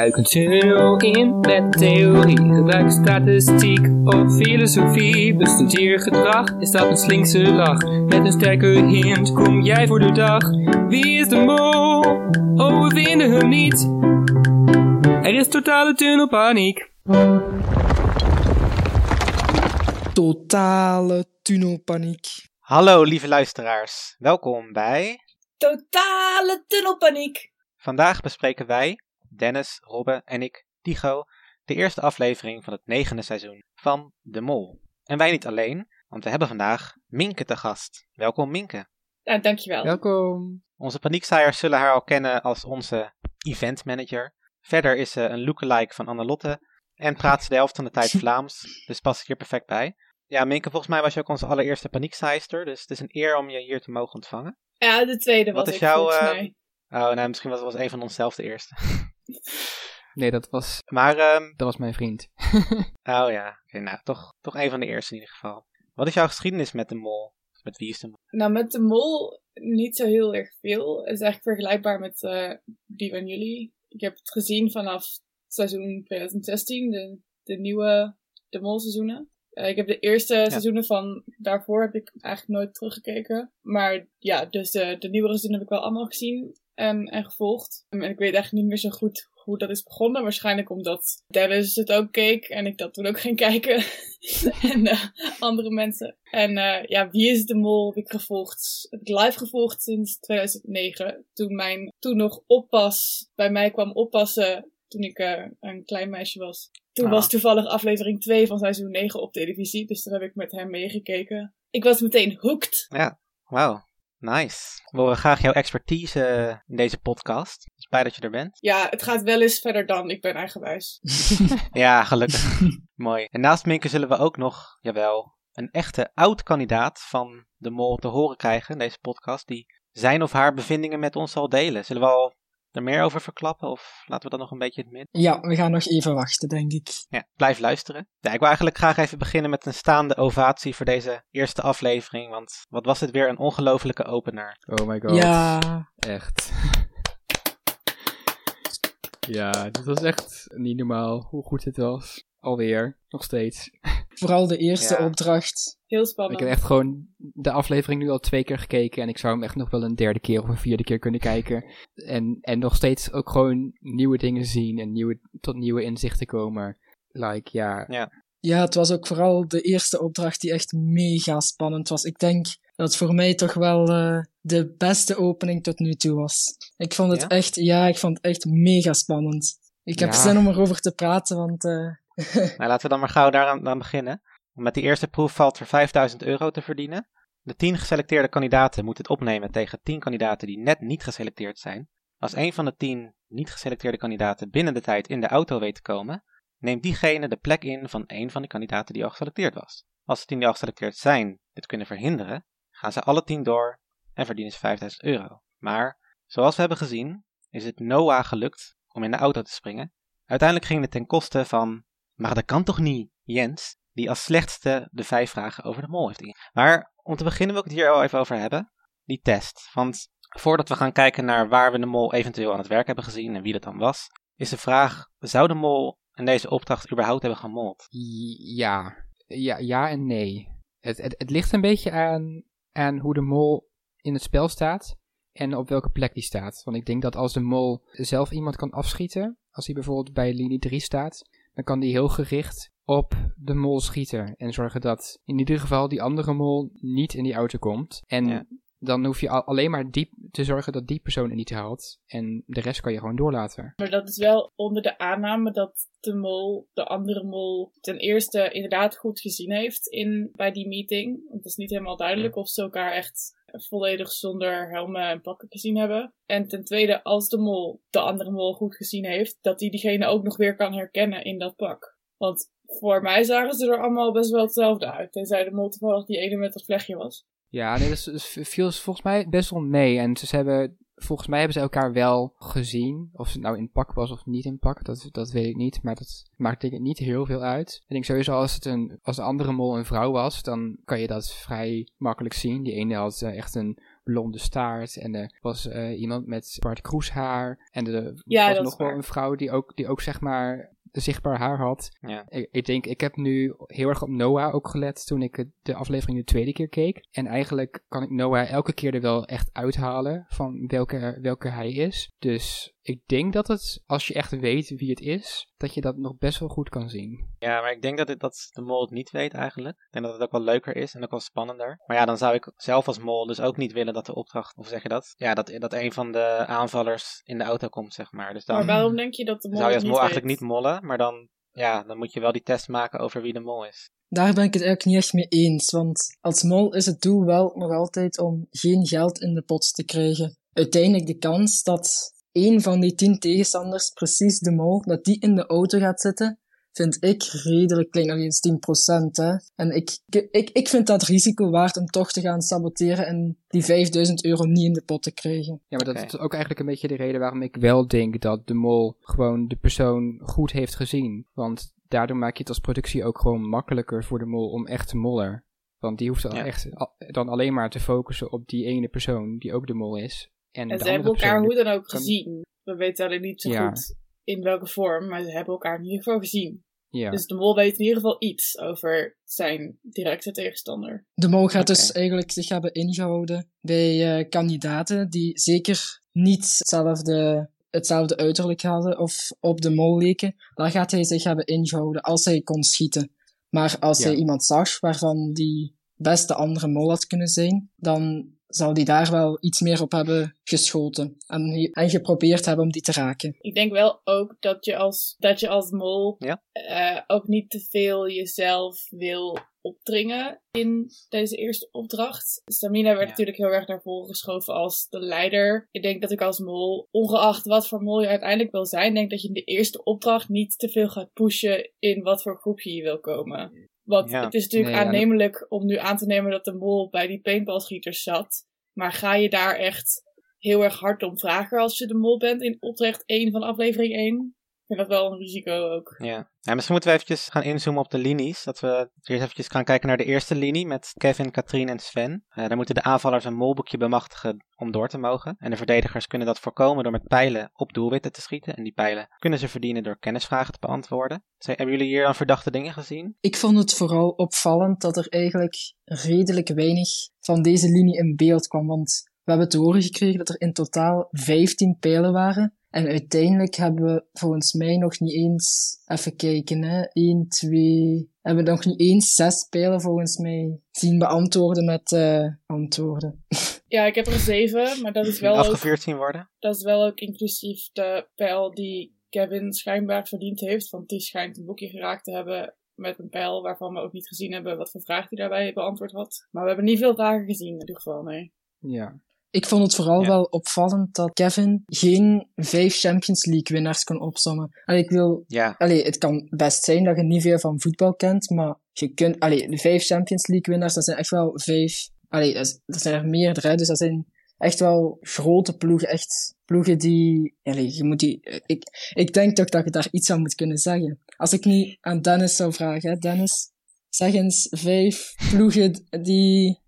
Duik een tunnel in met theorie. Gebruik statistiek of filosofie. Bestudeer gedrag, is dat een slinkse lach? Met een sterke hint kom jij voor de dag. Wie is de mol? Oh, we vinden hem niet. Er is totale tunnelpaniek. Totale tunnelpaniek. Hallo lieve luisteraars, welkom bij Totale tunnelpaniek. Vandaag bespreken wij, Dennis, Robbe en ik, Tycho, de eerste aflevering van het 9e seizoen van De Mol. En wij niet alleen, want we hebben vandaag Minke te gast. Welkom Minke. Ja, dankjewel. Welkom. Onze paniekzaaiers zullen haar al kennen als onze eventmanager. Verder is ze een lookalike van Annelotte en praat ze de helft van de tijd Vlaams, dus past ik hier perfect bij. Ja, Minke, volgens mij was je ook onze allereerste paniekzaaister, dus het is een eer om je hier te mogen ontvangen. Ja, de tweede was Wat is ik jouw, volgens mij. Oh, nou, misschien was een van onszelf de eerste. Nee, dat was Maar, mijn vriend. oh ja, oké, nou, toch een van de eerste in ieder geval. Wat is jouw geschiedenis met de Mol? Met Wie is de Mol? Nou, met de mol niet zo heel erg veel. Het is eigenlijk vergelijkbaar met die van jullie. Ik heb het gezien vanaf seizoen 2016, de nieuwe De Mol seizoenen. Ik heb de eerste seizoenen van daarvoor heb ik eigenlijk nooit teruggekeken. Maar ja, dus de nieuwe seizoenen heb ik wel allemaal gezien en gevolgd. En ik weet eigenlijk niet meer zo goed hoe dat is begonnen. Waarschijnlijk omdat Dennis het ook keek en ik dat toen ook ging kijken. En andere mensen. En Wie is de Mol heb ik gevolgd. Heb ik live gevolgd sinds 2009. Toen mijn toen nog oppas bij mij kwam oppassen toen ik een klein meisje was. Toen was toevallig aflevering 2 van seizoen 9 op televisie. Dus daar heb ik met hem meegekeken. Ik was meteen hooked. Ja, wauw. Nice. We horen graag jouw expertise in deze podcast. Dus blij dat je er bent. Ja, het gaat wel eens verder dan ik ben eigenwijs. Ja, gelukkig. Mooi. En naast Minke zullen we ook nog, een echte oud-kandidaat van de Mol te horen krijgen in deze podcast. Die zijn of haar bevindingen met ons zal delen. Zullen we al er meer over verklappen of laten we dat nog een beetje in het midden? Ja, we gaan nog even wachten, denk ik. Ja, blijf luisteren. Ja, ik wil eigenlijk graag even beginnen met een staande ovatie voor deze eerste aflevering. Want wat was dit weer een ongelofelijke opener. Oh my god. Ja. Echt. Ja, dit was echt niet normaal hoe goed het was. Alweer, nog steeds. Vooral de eerste opdracht. Heel spannend. Ik heb echt gewoon de aflevering nu al 2 keer gekeken. En ik zou hem echt nog wel een 3e keer of een 4e keer kunnen kijken. En nog steeds ook gewoon nieuwe dingen zien. En tot nieuwe inzichten komen. Ja, het was ook vooral de eerste opdracht die echt mega spannend was. Ik denk dat het voor mij toch wel de beste opening tot nu toe was. Ik vond het ik vond het echt mega spannend. Ik heb zin om erover te praten, want... Nou, laten we dan maar gauw daaraan beginnen. Met die eerste proef valt er €5.000 te verdienen. De 10 geselecteerde kandidaten moeten het opnemen tegen 10 kandidaten die net niet geselecteerd zijn. Als een van de 10 niet geselecteerde kandidaten binnen de tijd in de auto weet te komen, neemt diegene de plek in van een van die kandidaten die al geselecteerd was. Als de 10 die al geselecteerd zijn dit kunnen verhinderen, gaan ze alle 10 door en verdienen ze €5.000. Maar, zoals we hebben gezien, is het Noah gelukt om in de auto te springen. Uiteindelijk ging het ten koste van, maar dat kan toch niet, Jens, die als slechtste de 5 vragen over de Mol heeft ingezet. Maar om te beginnen wil ik het hier al even over hebben, die test. Want voordat we gaan kijken naar waar we de Mol eventueel aan het werk hebben gezien en wie dat dan was, is de vraag, zou de Mol in deze opdracht überhaupt hebben gemold? Ja en nee. Het ligt een beetje aan hoe de Mol in het spel staat en op welke plek die staat. Want ik denk dat als de Mol zelf iemand kan afschieten, als hij bijvoorbeeld bij linie 3 staat, dan kan die heel gericht op de Mol schieten en zorgen dat in ieder geval die andere Mol niet in die auto komt. En dan hoef je alleen maar te zorgen dat die persoon het niet haalt. En de rest kan je gewoon doorlaten. Maar dat is wel onder de aanname dat de andere mol, ten eerste inderdaad goed gezien heeft bij die meeting. Want het is niet helemaal duidelijk of ze elkaar echt volledig zonder helmen en pakken gezien hebben. En ten tweede, als de andere mol goed gezien heeft, dat hij diegene ook nog weer kan herkennen in dat pak. Want voor mij zagen ze er allemaal best wel hetzelfde uit. Tenzij de mol toevallig die ene met dat vlechtje was. Ja, nee, dat viel volgens mij best wel mee. En ze hebben volgens mij hebben ze elkaar wel gezien. Of het nou in pak was of niet in pak, dat weet ik niet. Maar dat maakt denk ik niet heel veel uit. Ik denk sowieso als de andere mol een vrouw was, dan kan je dat vrij makkelijk zien. Die ene had echt een blonde staart en er was iemand met zwart kroeshaar. En er was nog wel een vrouw die ook zeg maar zichtbaar haar had. Ja. Ik denk, ik heb nu heel erg op Noah ook gelet toen ik de aflevering de tweede keer keek. En eigenlijk kan ik Noah elke keer er wel echt uithalen van welke hij is. Dus ik denk dat het, als je echt weet wie het is, dat je dat nog best wel goed kan zien. Ja, maar ik denk dat de mol het niet weet eigenlijk. Ik denk dat het ook wel leuker is en ook wel spannender. Maar ja, dan zou ik zelf als mol dus ook niet willen dat de opdracht, of zeg je dat? Ja, dat een van de aanvallers in de auto komt, zeg maar. Dus dan maar waarom denk je dat de mol zou je als niet mol weet? eigenlijk niet mollen, maar dan moet je wel die test maken over wie de mol is. Daar ben ik het eigenlijk niet echt mee eens, want als mol is het doel wel nog altijd om geen geld in de pot te krijgen. Uiteindelijk de kans dat 1 van die 10 tegenstanders, precies de mol, dat die in de auto gaat zitten, vind ik redelijk klein, alleen eens 10%, hè. En ik vind dat risico waard om toch te gaan saboteren en die €5.000 niet in de pot te krijgen. Ja, maar dat is ook eigenlijk een beetje de reden waarom ik wel denk dat de mol gewoon de persoon goed heeft gezien. Want daardoor maak je het als productie ook gewoon makkelijker voor de mol om echt te mollen. Want die hoeft dan alleen maar te focussen op die ene persoon die ook de mol is. En ze hebben elkaar hoe dan ook gezien. We weten alleen niet zo goed in welke vorm, maar ze hebben elkaar in ieder geval gezien. Ja. Dus de mol weet in ieder geval iets over zijn directe tegenstander. De mol gaat dus eigenlijk zich hebben ingehouden bij kandidaten die zeker niet hetzelfde uiterlijk hadden of op de mol leken. Daar gaat hij zich hebben ingehouden als hij kon schieten. Maar als hij iemand zag waarvan die best de andere mol had kunnen zijn, dan zal die daar wel iets meer op hebben geschoten en geprobeerd hebben om die te raken. Ik denk wel ook dat je als mol ook niet te veel jezelf wil opdringen in deze eerste opdracht. Stamina werd natuurlijk heel erg naar voren geschoven als de leider. Ik denk dat ik als mol, ongeacht wat voor mol je uiteindelijk wil zijn, denk dat je in de eerste opdracht niet te veel gaat pushen in wat voor groepje je wil komen. Want het is natuurlijk aannemelijk om nu aan te nemen dat de mol bij die paintballschieters zat. Maar ga je daar echt heel erg hard om vragen als je de mol bent in opdracht 1 van aflevering 1? Ik vind dat wel een risico ook. Ja, misschien moeten we eventjes gaan inzoomen op de linies. Dat we eerst eventjes gaan kijken naar de eerste linie met Kevin, Katrien en Sven. Daar moeten de aanvallers een molboekje bemachtigen om door te mogen. En de verdedigers kunnen dat voorkomen door met pijlen op doelwitten te schieten. En die pijlen kunnen ze verdienen door kennisvragen te beantwoorden. Hebben jullie hier dan verdachte dingen gezien? Ik vond het vooral opvallend dat er eigenlijk redelijk weinig van deze linie in beeld kwam. Want we hebben te horen gekregen dat er in totaal 15 pijlen waren. En uiteindelijk hebben we volgens mij nog niet eens, even kijken, 1, 2, hebben we nog niet eens 6 pijlen volgens mij zien beantwoorden met antwoorden. Ja, ik heb er 7, maar dat is wel afgevuurd zien worden. Dat is wel ook inclusief de pijl die Kevin schijnbaar verdiend heeft, want die schijnt een boekje geraakt te hebben met een pijl waarvan we ook niet gezien hebben wat voor vraag hij daarbij beantwoord had. Maar we hebben niet veel vragen gezien in ieder geval, nee. Ja. Ik vond het vooral wel opvallend dat Kevin geen 5 Champions League winnaars kon opsommen. Het kan best zijn dat je niet veel van voetbal kent, maar je kunt, de 5 Champions League winnaars, dat zijn echt wel 5, dat zijn er meerdere, dus dat zijn echt wel grote ploegen, echt ploegen die, je moet die, ik denk toch dat je daar iets aan moet kunnen zeggen. Als ik niet aan Dennis zou vragen, Dennis, zeg eens 5 ploegen die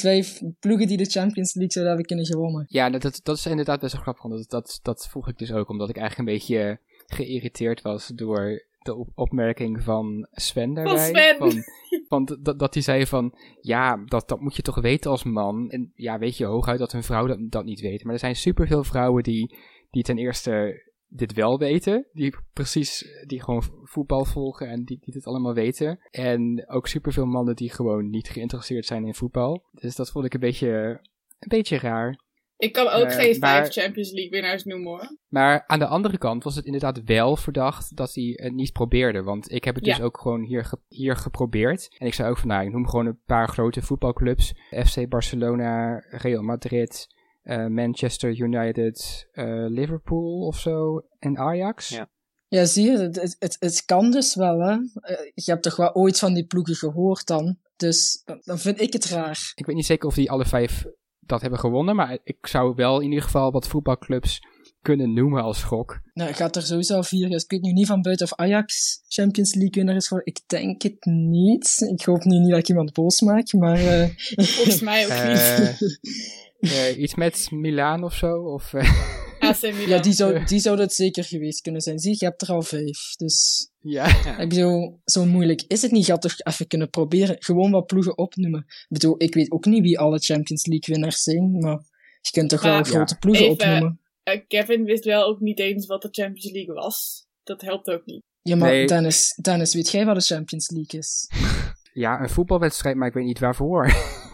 de Champions League zouden hebben kunnen gewonnen. Ja, dat is inderdaad best wel grappig. Dat vroeg ik dus ook, omdat ik eigenlijk een beetje geïrriteerd was door de opmerking van Sven daarbij. Dat hij zei van, ja, dat moet je toch weten als man. En ja, weet je, hooguit dat een vrouw dat niet weet. Maar er zijn superveel vrouwen die ten eerste dit wel weten, die gewoon voetbal volgen en die dit allemaal weten. En ook superveel mannen die gewoon niet geïnteresseerd zijn in voetbal. Dus dat vond ik een beetje raar. Ik kan ook geen 5 Champions League winnaars noemen, hoor. Maar aan de andere kant was het inderdaad wel verdacht dat hij het niet probeerde. Want ik heb het dus ook gewoon hier geprobeerd. En ik zei ook van, ik noem gewoon een paar grote voetbalclubs. FC Barcelona, Real Madrid, Manchester United, Liverpool of zo en Ajax. Ja, zie je, het kan dus wel, hè. Je hebt toch wel ooit van die ploegen gehoord dan. Dus dan vind ik het raar. Ik weet niet zeker of die alle 5 dat hebben gewonnen. Maar ik zou wel in ieder geval wat voetbalclubs kunnen noemen als gok. Nou, ik ga er sowieso al 4. Ik weet nu niet van buiten of Ajax Champions League winnaar is geworden. Ik denk het niet. Ik hoop nu niet dat ik iemand boos maak, maar... Volgens mij ook niet. Iets met Milaan of zo? Of, AC Milan. Ja, die zou het zeker geweest kunnen zijn. Zie, je hebt er al 5. Dus ja. ik bedoel, zo moeilijk is het niet. Je had toch even kunnen proberen. Gewoon wat ploegen opnoemen. Ik bedoel, ik weet ook niet wie alle Champions League winnaars zijn, maar je kunt toch wel grote ploegen opnoemen. Kevin wist wel ook niet eens wat de Champions League was. Dat helpt ook niet. Ja, maar nee. Dennis, weet jij wat de Champions League is? Ja, een voetbalwedstrijd, maar ik weet niet waarvoor.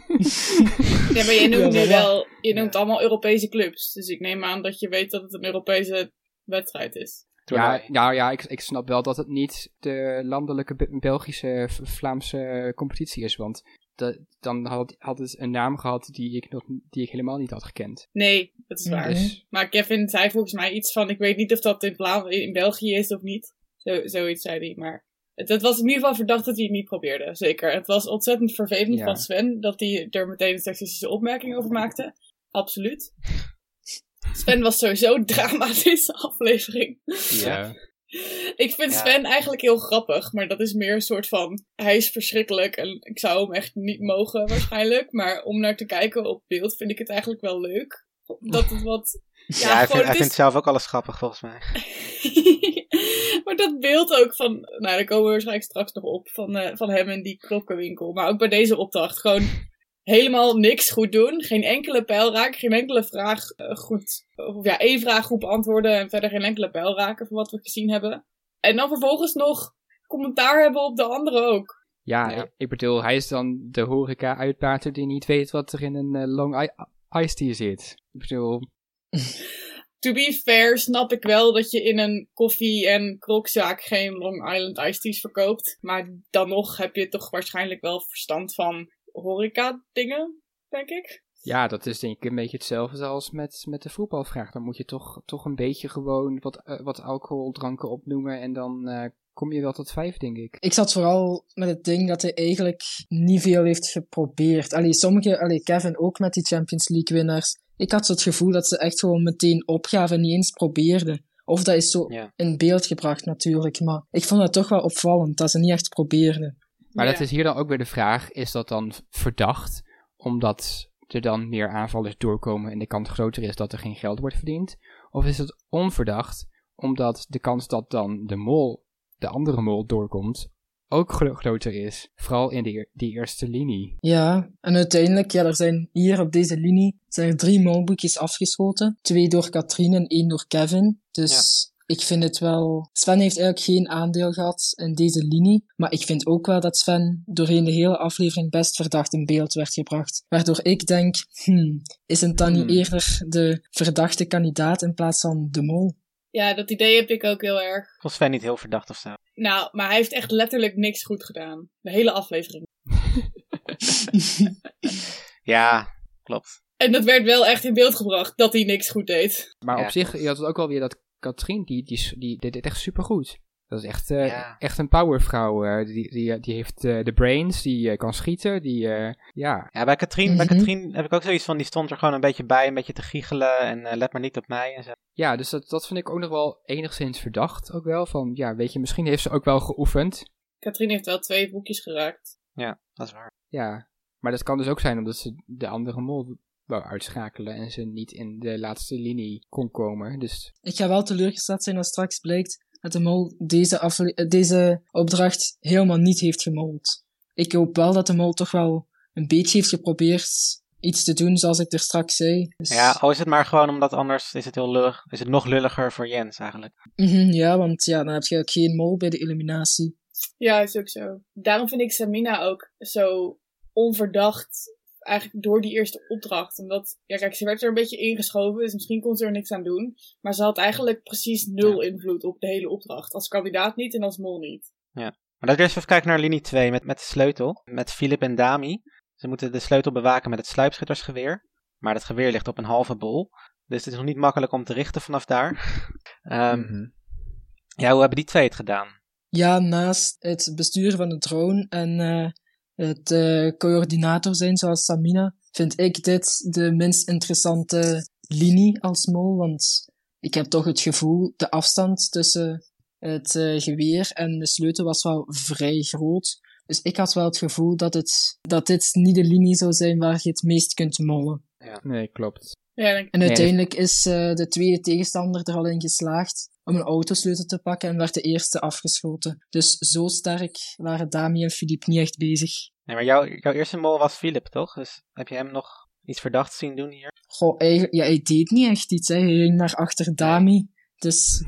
Ja, maar je noemt allemaal Europese clubs. Dus ik neem aan dat je weet dat het een Europese wedstrijd is. Ja, ik snap wel dat het niet de landelijke Belgische, Vlaamse competitie is, want dan had het een naam gehad die ik helemaal niet had gekend. Nee, dat is waar. Dus... Maar Kevin zei volgens mij iets van, ik weet niet of dat in België is of niet. Zoiets zei hij, maar... Het was in ieder geval verdacht dat hij het niet probeerde, zeker. Het was ontzettend vervelend van Sven dat hij er meteen een seksistische opmerking over maakte. Absoluut. Sven was sowieso drama deze aflevering. Ja. Ik vind Sven eigenlijk heel grappig, maar dat is meer een soort van... Hij is verschrikkelijk en ik zou hem echt niet mogen waarschijnlijk. Maar om naar te kijken op beeld vind ik het eigenlijk wel leuk. Dat het wat... Ja, hij vindt zelf ook alles grappig volgens mij. Maar dat beeld ook van... Nou, daar komen we waarschijnlijk straks nog op. Van hem in die klokkenwinkel. Maar ook bij deze opdracht. Gewoon helemaal niks goed doen. Geen enkele pijl raken. Geen enkele vraag goed... Of ja, één vraag goed beantwoorden. En verder geen enkele pijl raken van wat we gezien hebben. En dan vervolgens nog commentaar hebben op de anderen ook. Ja, ik bedoel, hij is dan de horeca-uitbater die niet weet wat er in een long iced tea zit. Ik bedoel... To be fair snap ik wel dat je in een koffie- en krokzaak geen Long Island iced teas verkoopt. Maar dan nog heb je toch waarschijnlijk wel verstand van horeca-dingen, denk ik. Ja, dat is denk ik een beetje hetzelfde als met de voetbalvraag. Dan moet je toch een beetje gewoon wat alcoholdranken opnoemen en dan kom je wel tot 5, denk ik. Ik zat vooral met het ding dat hij eigenlijk niet veel heeft geprobeerd. Kevin ook met die Champions League winnaars. Ik had zo het gevoel dat ze echt gewoon meteen opgaven en niet eens probeerden. Of dat is zo in beeld gebracht natuurlijk, maar ik vond het toch wel opvallend dat ze niet echt probeerden. Maar dat is hier dan ook weer de vraag, is dat dan verdacht omdat er dan meer aanvallers doorkomen en de kans groter is dat er geen geld wordt verdiend? Of is het onverdacht omdat de kans dat dan de andere mol doorkomt ook groter is. Vooral in die eerste linie. Ja, en uiteindelijk, er zijn hier op deze linie 3 molboekjes afgeschoten. 2 door Katrien en 1 door Kevin. Dus ik vind het wel... Sven heeft eigenlijk geen aandeel gehad in deze linie. Maar ik vind ook wel dat Sven doorheen de hele aflevering best verdacht in beeld werd gebracht. Waardoor ik denk, is het dan niet eerder de verdachte kandidaat in plaats van de mol? Ja, dat idee heb ik ook heel erg. Vond Sven niet heel verdacht of zo? Nou, maar hij heeft echt letterlijk niks goed gedaan. De hele aflevering. Ja, klopt. En dat werd wel echt in beeld gebracht, dat hij niks goed deed. Maar op zich, je had het ook wel weer dat Katrien, die deed het echt supergoed. Dat is echt een powervrouw. Die heeft de brains, die kan schieten, Ja, bij Katrien heb ik ook zoiets van, die stond er gewoon een beetje bij, een beetje te giechelen en let maar niet op mij en zo. Ja, dus dat vind ik ook nog wel enigszins verdacht ook wel. Van, ja, weet je, misschien heeft ze ook wel geoefend. Katrien heeft wel 2 boekjes geraakt. Ja, dat is waar. Ja, maar dat kan dus ook zijn omdat ze de andere mol wou uitschakelen en ze niet in de laatste linie kon komen. Dus... Ik ga wel teleurgesteld zijn als straks blijkt dat de mol deze opdracht helemaal niet heeft gemold. Ik hoop wel dat de mol toch wel een beetje heeft geprobeerd iets te doen zoals ik er straks zei. Dus... Ja, al is het maar gewoon omdat anders is het heel lullig. Is het nog lulliger voor Jens eigenlijk. Ja, want dan heb je ook geen mol bij de eliminatie. Ja, is ook zo. Daarom vind ik Samina ook zo onverdacht. Eigenlijk door die eerste opdracht. Omdat, kijk, ze werd er een beetje ingeschoven. Dus misschien kon ze er niks aan doen. Maar ze had eigenlijk precies 0 invloed op de hele opdracht. Als kandidaat niet en als mol niet. Ja. Maar laten we eerst even kijken naar linie 2 met de sleutel. Met Philip en Dami. Ze moeten de sleutel bewaken met het sluipschuttersgeweer. Maar dat geweer ligt op een halve bol. Dus het is nog niet makkelijk om te richten vanaf daar. Ja, hoe hebben die 2 het gedaan? Ja, naast het besturen van de drone en het coördinator zijn zoals Samina, vind ik dit de minst interessante linie als mol, want ik heb toch het gevoel, de afstand tussen het geweer en de sleutel was wel vrij groot. Dus ik had wel het gevoel dat dit niet de linie zou zijn waar je het meest kunt mollen. Ja. Nee, klopt. Ja, en uiteindelijk is de tweede tegenstander er al in geslaagd om een autosleutel te pakken en werd de eerste afgeschoten. Dus zo sterk waren Dami en Philippe niet echt bezig. Nee, maar jouw eerste mol was Philip, toch? Dus heb je hem nog iets verdachts zien doen hier? Goh, hij deed niet echt iets. Hè. Hij ging naar achter Dami. Dus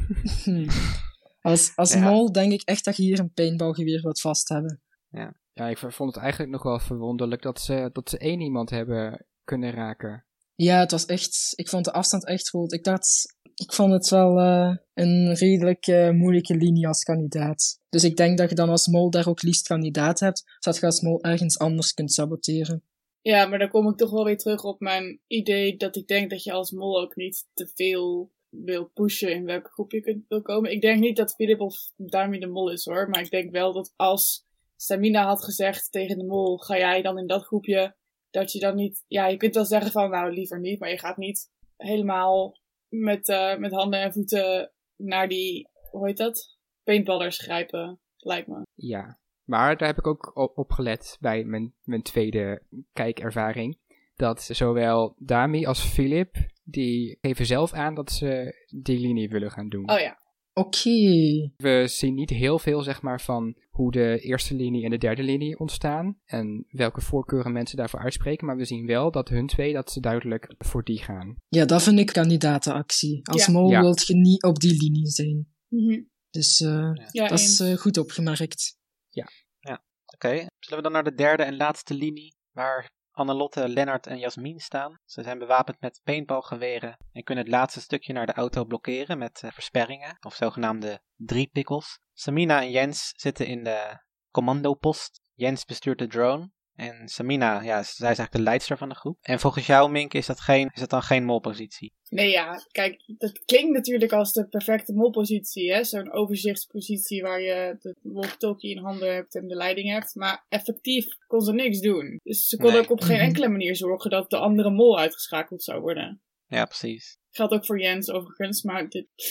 als mol denk ik echt dat je hier een paintballgeweer wilt vast hebben. Ja, ik vond het eigenlijk nog wel verwonderlijk dat ze één iemand hebben kunnen raken. Ja, het was echt... Ik vond de afstand echt groot. Ik vond het wel een redelijk moeilijke linie als kandidaat. Dus ik denk dat je dan als mol daar ook liefst kandidaat hebt, zodat je als mol ergens anders kunt saboteren. Ja, maar dan kom ik toch wel weer terug op mijn idee dat ik denk dat je als mol ook niet te veel wil pushen in welke groep je wil komen. Ik denk niet dat Philip of Dami de mol is hoor, maar ik denk wel dat als Samina had gezegd tegen de mol, ga jij dan in dat groepje, dat je dan niet... Ja, je kunt wel zeggen van, nou, liever niet, maar je gaat niet helemaal met handen en voeten naar die, hoe heet dat? Paintballers grijpen, lijkt me. Ja, maar daar heb ik ook op gelet bij mijn tweede kijkervaring. Dat zowel Dami als Philip, die geven zelf aan dat ze die linie willen gaan doen. Oh ja. Oké. We zien niet heel veel, zeg maar, van hoe de eerste linie en de derde linie ontstaan. En welke voorkeuren mensen daarvoor uitspreken. Maar we zien wel dat hun twee, dat ze duidelijk voor die gaan. Ja, dat vind ik kandidatenactie. Als mol wilt je niet op die linie zijn. Mm-hmm. Dus dat is goed opgemerkt. Ja. Oké. Zullen we dan naar de derde en laatste linie, waar Annelotte, Lennart en Jasmin staan. Ze zijn bewapend met paintballgeweren en kunnen het laatste stukje naar de auto blokkeren met versperringen, of zogenaamde driepikkels. Samina en Jens zitten in de commandopost. Jens bestuurt de drone. En Samina, zij is eigenlijk de leidster van de groep. En volgens jou, Mink, is dat dan geen molpositie? Nee, ja, kijk, dat klinkt natuurlijk als de perfecte molpositie, hè? Zo'n overzichtspositie waar je de walkie-talkie in handen hebt en de leiding hebt. Maar effectief kon ze niks doen. Dus ze kon ook op geen enkele manier zorgen dat de andere mol uitgeschakeld zou worden. Ja, precies. Geldt ook voor Jens overigens, maar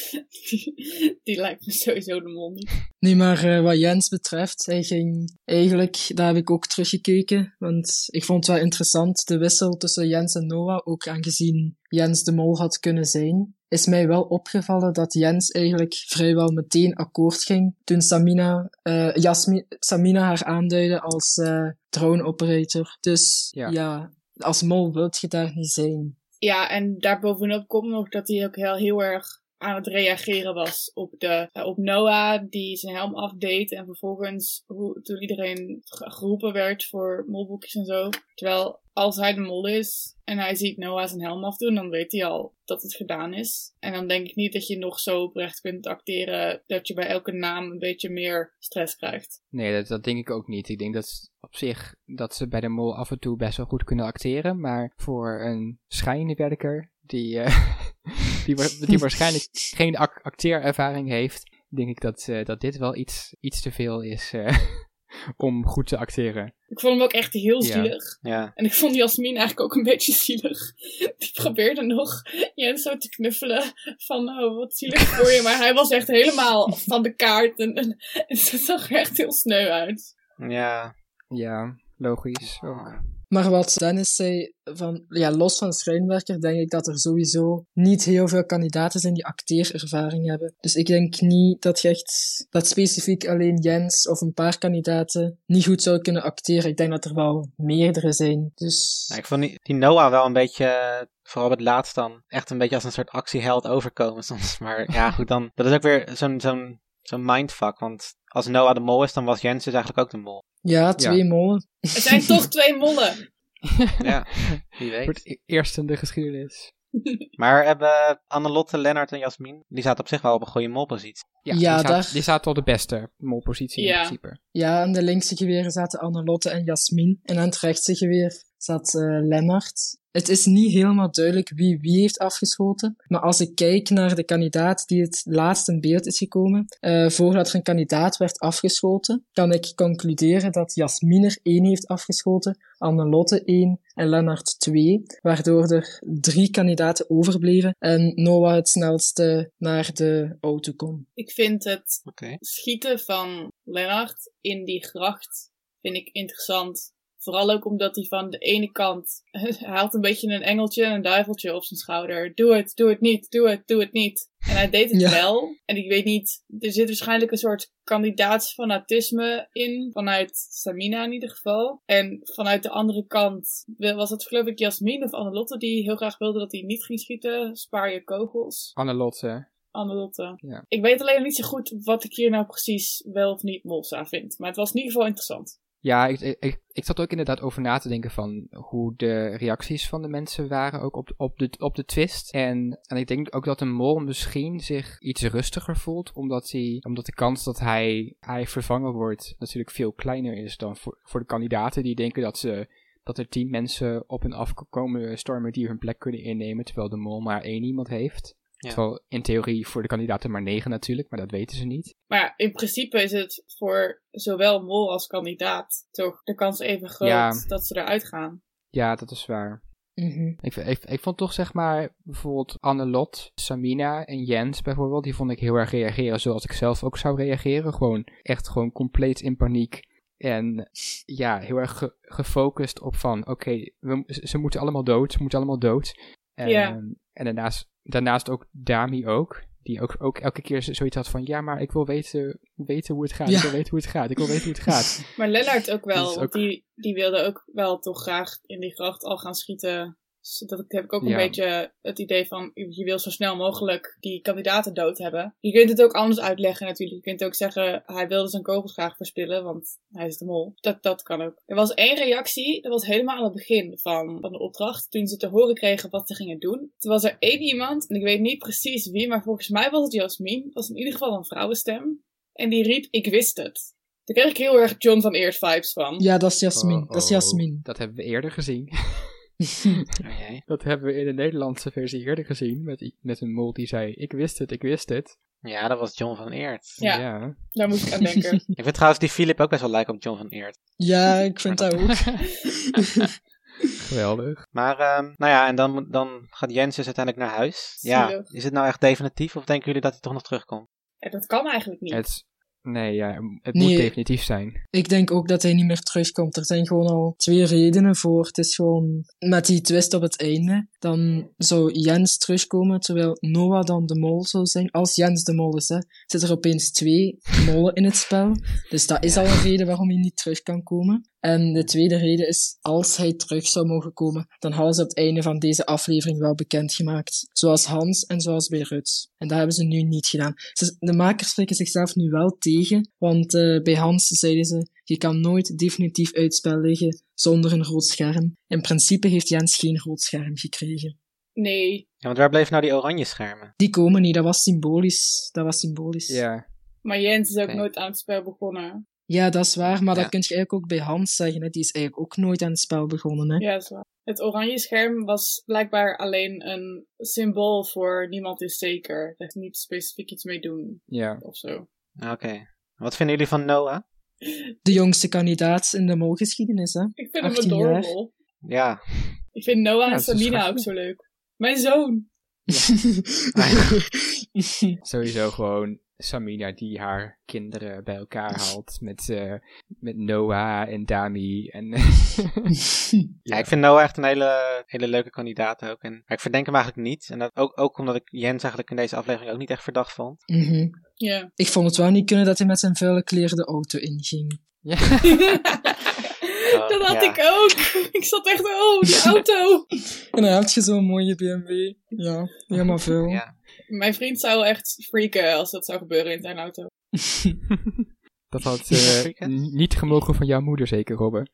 die lijkt me sowieso de mol niet. Nee, maar wat Jens betreft, hij ging eigenlijk, daar heb ik ook teruggekeken, want ik vond het wel interessant, de wissel tussen Jens en Noah, ook aangezien Jens de mol had kunnen zijn, is mij wel opgevallen dat Jens eigenlijk vrijwel meteen akkoord ging toen Samina haar aanduidde als drone operator. Dus ja, als mol wilt je daar niet zijn. Ja, en daarbovenop komt nog dat hij ook heel erg aan het reageren was op Noah, die zijn helm afdeed. En vervolgens, toen iedereen geroepen werd voor molboekjes en zo. Terwijl, als hij de mol is en hij ziet Noah zijn helm afdoen, dan weet hij al dat het gedaan is. En dan denk ik niet dat je nog zo oprecht kunt acteren dat je bij elke naam een beetje meer stress krijgt. Nee, dat denk ik ook niet. Ik denk dat op zich dat ze bij de mol af en toe best wel goed kunnen acteren. Maar voor een schijnwerker die waarschijnlijk geen acteerervaring heeft, denk ik dat dit wel iets te veel is om goed te acteren. Ik vond hem ook echt heel zielig. Ja. En ik vond Jasmin eigenlijk ook een beetje zielig. Die probeerde nog Jens zo te knuffelen van, oh, wat zielig voor je. Maar hij was echt helemaal van de kaart en het zag er echt heel sneu uit. Ja, logisch ook. Maar wat Dennis zei, los van schrijnwerker, denk ik dat er sowieso niet heel veel kandidaten zijn die acteerervaring hebben. Dus ik denk niet dat specifiek alleen Jens of een paar kandidaten niet goed zouden kunnen acteren. Ik denk dat er wel meerdere zijn. Dus... Nou, ik vond die Noah wel een beetje, vooral op het laatst dan, echt een beetje als een soort actieheld overkomen soms. Maar ja, goed, dan, dat is ook weer zo'n mindfuck. Want als Noah de mol is, dan was Jens dus eigenlijk ook de mol. Ja, 2 mollen. Er zijn toch 2 mollen. Ja, wie weet. Voor het eerst in de geschiedenis. Maar hebben Annelotte, Lennart en Jasmin, die zaten op zich wel op een goede molpositie. Ja, die zaten op de beste molpositie in principe. Ja, aan de linkse geweren zaten Annelotte en Jasmin. En aan het rechtse geweer zat Lennart. Het is niet helemaal duidelijk wie heeft afgeschoten. Maar als ik kijk naar de kandidaat die het laatst in beeld is gekomen, voordat er een kandidaat werd afgeschoten, kan ik concluderen dat Jasmin er 1 heeft afgeschoten, Annelotte 1 en Lennart 2, waardoor er 3 kandidaten overbleven en Noah het snelste naar de auto kon. Ik vind het schieten van Lennart in die gracht vind ik interessant. Vooral ook omdat hij van de ene kant, hij had een beetje een engeltje en een duiveltje op zijn schouder. Doe het niet, doe het niet. En hij deed het wel. En ik weet niet, er zit waarschijnlijk een soort kandidaatsfanatisme in, vanuit Samina in ieder geval. En vanuit de andere kant was het geloof ik Jasmin of Annelotte die heel graag wilde dat hij niet ging schieten. Spaar je kogels. Annelotte. Ja. Ik weet alleen niet zo goed wat ik hier nou precies wel of niet molsa vind. Maar het was in ieder geval interessant. Ja, ik zat ook inderdaad over na te denken van hoe de reacties van de mensen waren ook op de twist. En ik denk ook dat een mol misschien zich iets rustiger voelt, omdat de kans dat hij vervangen wordt natuurlijk veel kleiner is dan voor de kandidaten die denken dat er 10 mensen op en af komen stormen die hun plek kunnen innemen, terwijl de mol maar 1 iemand heeft. Ja. Terwijl in theorie voor de kandidaten maar 9 natuurlijk, maar dat weten ze niet. Maar ja, in principe is het voor zowel mol als kandidaat toch de kans even groot dat ze eruit gaan. Ja, dat is waar. Mm-hmm. Ik vond toch zeg maar bijvoorbeeld Annelot, Samina en Jens bijvoorbeeld, die vond ik heel erg reageren zoals ik zelf ook zou reageren. Gewoon compleet in paniek. En ja, heel erg gefocust op van oké, ze moeten allemaal dood. En daarnaast ook Dami ook. Die ook elke keer zoiets had van ja, maar ik wil weten hoe het gaat. Ja. Ik wil weten hoe het gaat. Maar Lennart ook wel, want die wilde ook wel toch graag in die gracht al gaan schieten. Dus dat heb ik ook een beetje het idee van, je wil zo snel mogelijk die kandidaten dood hebben. Je kunt het ook anders uitleggen natuurlijk. Je kunt ook zeggen, hij wilde zijn kogels graag verspillen, want hij is de mol. Dat kan ook. Er was 1 reactie, dat was helemaal aan het begin van de opdracht, toen ze te horen kregen wat ze gingen doen. Toen was er 1 iemand, en ik weet niet precies wie, maar volgens mij was het Jasmin. Het was in ieder geval een vrouwenstem. En die riep, ik wist het. Daar kreeg ik heel erg John van Eert vibes van. Ja, dat is Jasmin. Dat is Jasmin. Dat hebben we eerder gezien. Dat hebben we in de Nederlandse versie eerder gezien, met een mol die zei, ik wist het. Ja, dat was John van Eert. Ja, daar moest ik aan denken. Ik vind trouwens die Philip ook best wel lijken op John van Eert. Ja, ik vind dat ook. Geweldig. Maar, en dan gaat Jens dus uiteindelijk naar huis. Ja, is het nou echt definitief of denken jullie dat hij toch nog terugkomt? Ja, dat kan eigenlijk niet. Het moet definitief zijn. Ik denk ook dat hij niet meer terugkomt. Er zijn gewoon al 2 redenen voor. Het is gewoon met die twist op het einde. Dan zou Jens terugkomen, terwijl Noah dan de mol zou zijn. Als Jens de mol is, zit er opeens 2 mollen in het spel. Dus dat is al een reden waarom hij niet terug kan komen. En de tweede reden is, als hij terug zou mogen komen, dan hadden ze op het einde van deze aflevering wel bekendgemaakt. Zoals Hans en zoals bij Ruts. En dat hebben ze nu niet gedaan. De makers spreken zichzelf nu wel tegen, want bij Hans zeiden ze, je kan nooit definitief uit het spel liggen zonder een rood scherm. In principe heeft Jens geen rood scherm gekregen. Nee. Ja, want waar bleef nou die oranje schermen? Die komen niet, dat was symbolisch. Ja. Maar Jens is ook nooit aan het spel begonnen. Ja, dat is waar, maar dat kun je eigenlijk ook bij Hans zeggen. Hè. Die is eigenlijk ook nooit aan het spel begonnen. Hè. Ja, dat is waar. Het oranje scherm was blijkbaar alleen een symbool voor niemand is zeker. Daar niet specifiek iets mee doen. Ja. Of zo. Oké. Wat vinden jullie van Noah? De jongste kandidaat in de molgeschiedenis, hè? Ik vind hem adorable. Ja. Ik vind Noah en Samina ook zo leuk. Mijn zoon! Ja. Sowieso gewoon Samina die haar kinderen bij elkaar haalt met Noah en Dami. En ja, ik vind Noah echt een hele leuke kandidaat ook. Maar ik verdenk hem eigenlijk niet. En dat ook omdat ik Jens eigenlijk in deze aflevering ook niet echt verdacht vond. Mm-hmm. Yeah. Ik vond het wel niet kunnen dat hij met zijn vuile kleren de auto inging. Ja. Dat had ik ook. Ik zat echt, die auto. En dan heb je zo'n mooie BMW. Ja, helemaal veel. Ja. Mijn vriend zou echt freaken als dat zou gebeuren in zijn auto. Dat had niet gemogen van jouw moeder zeker, Robbe?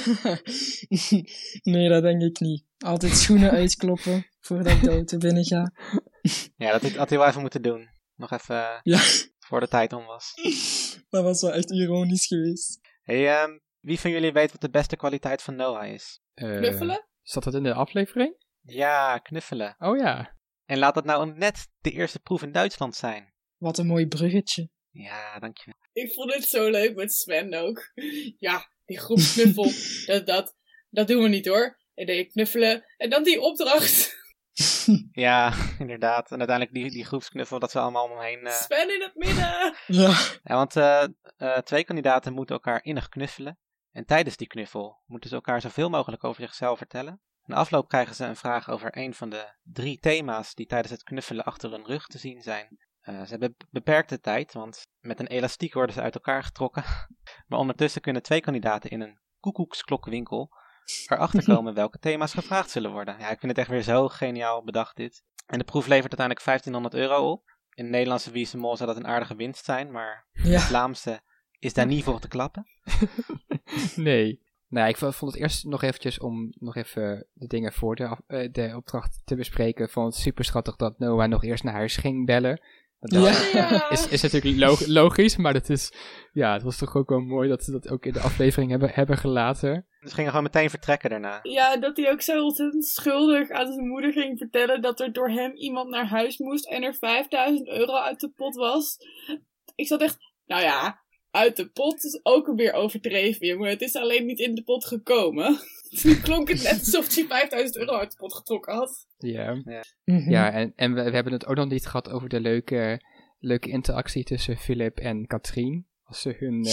Nee, dat denk ik niet. Altijd schoenen uitkloppen voordat ik de auto binnen ga. Ja, dat had hij wel even moeten doen. Nog even voor de tijd om was. Dat was wel echt ironisch geweest. Hey, wie van jullie weet wat de beste kwaliteit van Noah is? Knuffelen? Zat dat in de aflevering? Ja, knuffelen. Oh ja. En laat dat nou net de eerste proef in Duitsland zijn. Wat een mooi bruggetje. Ja, dankjewel. Ik vond het zo leuk met Sven ook. Ja, die groepsknuffel, dat doen we niet hoor. En dan knuffelen en dan die opdracht. Ja, inderdaad. En uiteindelijk die groepsknuffel dat ze allemaal om hem heen... Sven in het midden! Ja. Ja, want 2 kandidaten moeten elkaar innig knuffelen. En tijdens die knuffel moeten ze elkaar zoveel mogelijk over zichzelf vertellen. Na afloop krijgen ze een vraag over een van de 3 thema's die tijdens het knuffelen achter hun rug te zien zijn. Ze hebben beperkte tijd, want met een elastiek worden ze uit elkaar getrokken. Maar ondertussen kunnen 2 kandidaten in een koekoeksklokkenwinkel erachter komen welke thema's gevraagd zullen worden. Ja, ik vind het echt weer zo geniaal bedacht dit. En de proef levert uiteindelijk €1500 op. In het Nederlandse Wie is de Mol zou dat een aardige winst zijn, maar in het Vlaamse is daar niet voor te klappen. Nee. Nou, ik vond het eerst nog eventjes om nog even de dingen voor de opdracht te bespreken. Ik vond het super schattig dat Noah nog eerst naar huis ging bellen. Dat is natuurlijk logisch, maar het was toch ook wel mooi dat ze dat ook in de aflevering hebben gelaten. Ze gingen gewoon meteen vertrekken daarna. Ja, dat hij ook zo ontzettend schuldig aan zijn moeder ging vertellen dat er door hem iemand naar huis moest en er €5000 uit de pot was. Ik zat echt, nou ja, uit de pot is ook weer overdreven, jongen. Het is alleen niet in de pot gekomen. Nu klonk het net alsof hij €5000 uit de pot getrokken had. Ja, Mm-hmm. ja en we hebben het ook nog niet gehad over de leuke interactie tussen Philip en Katrien. Als ze hun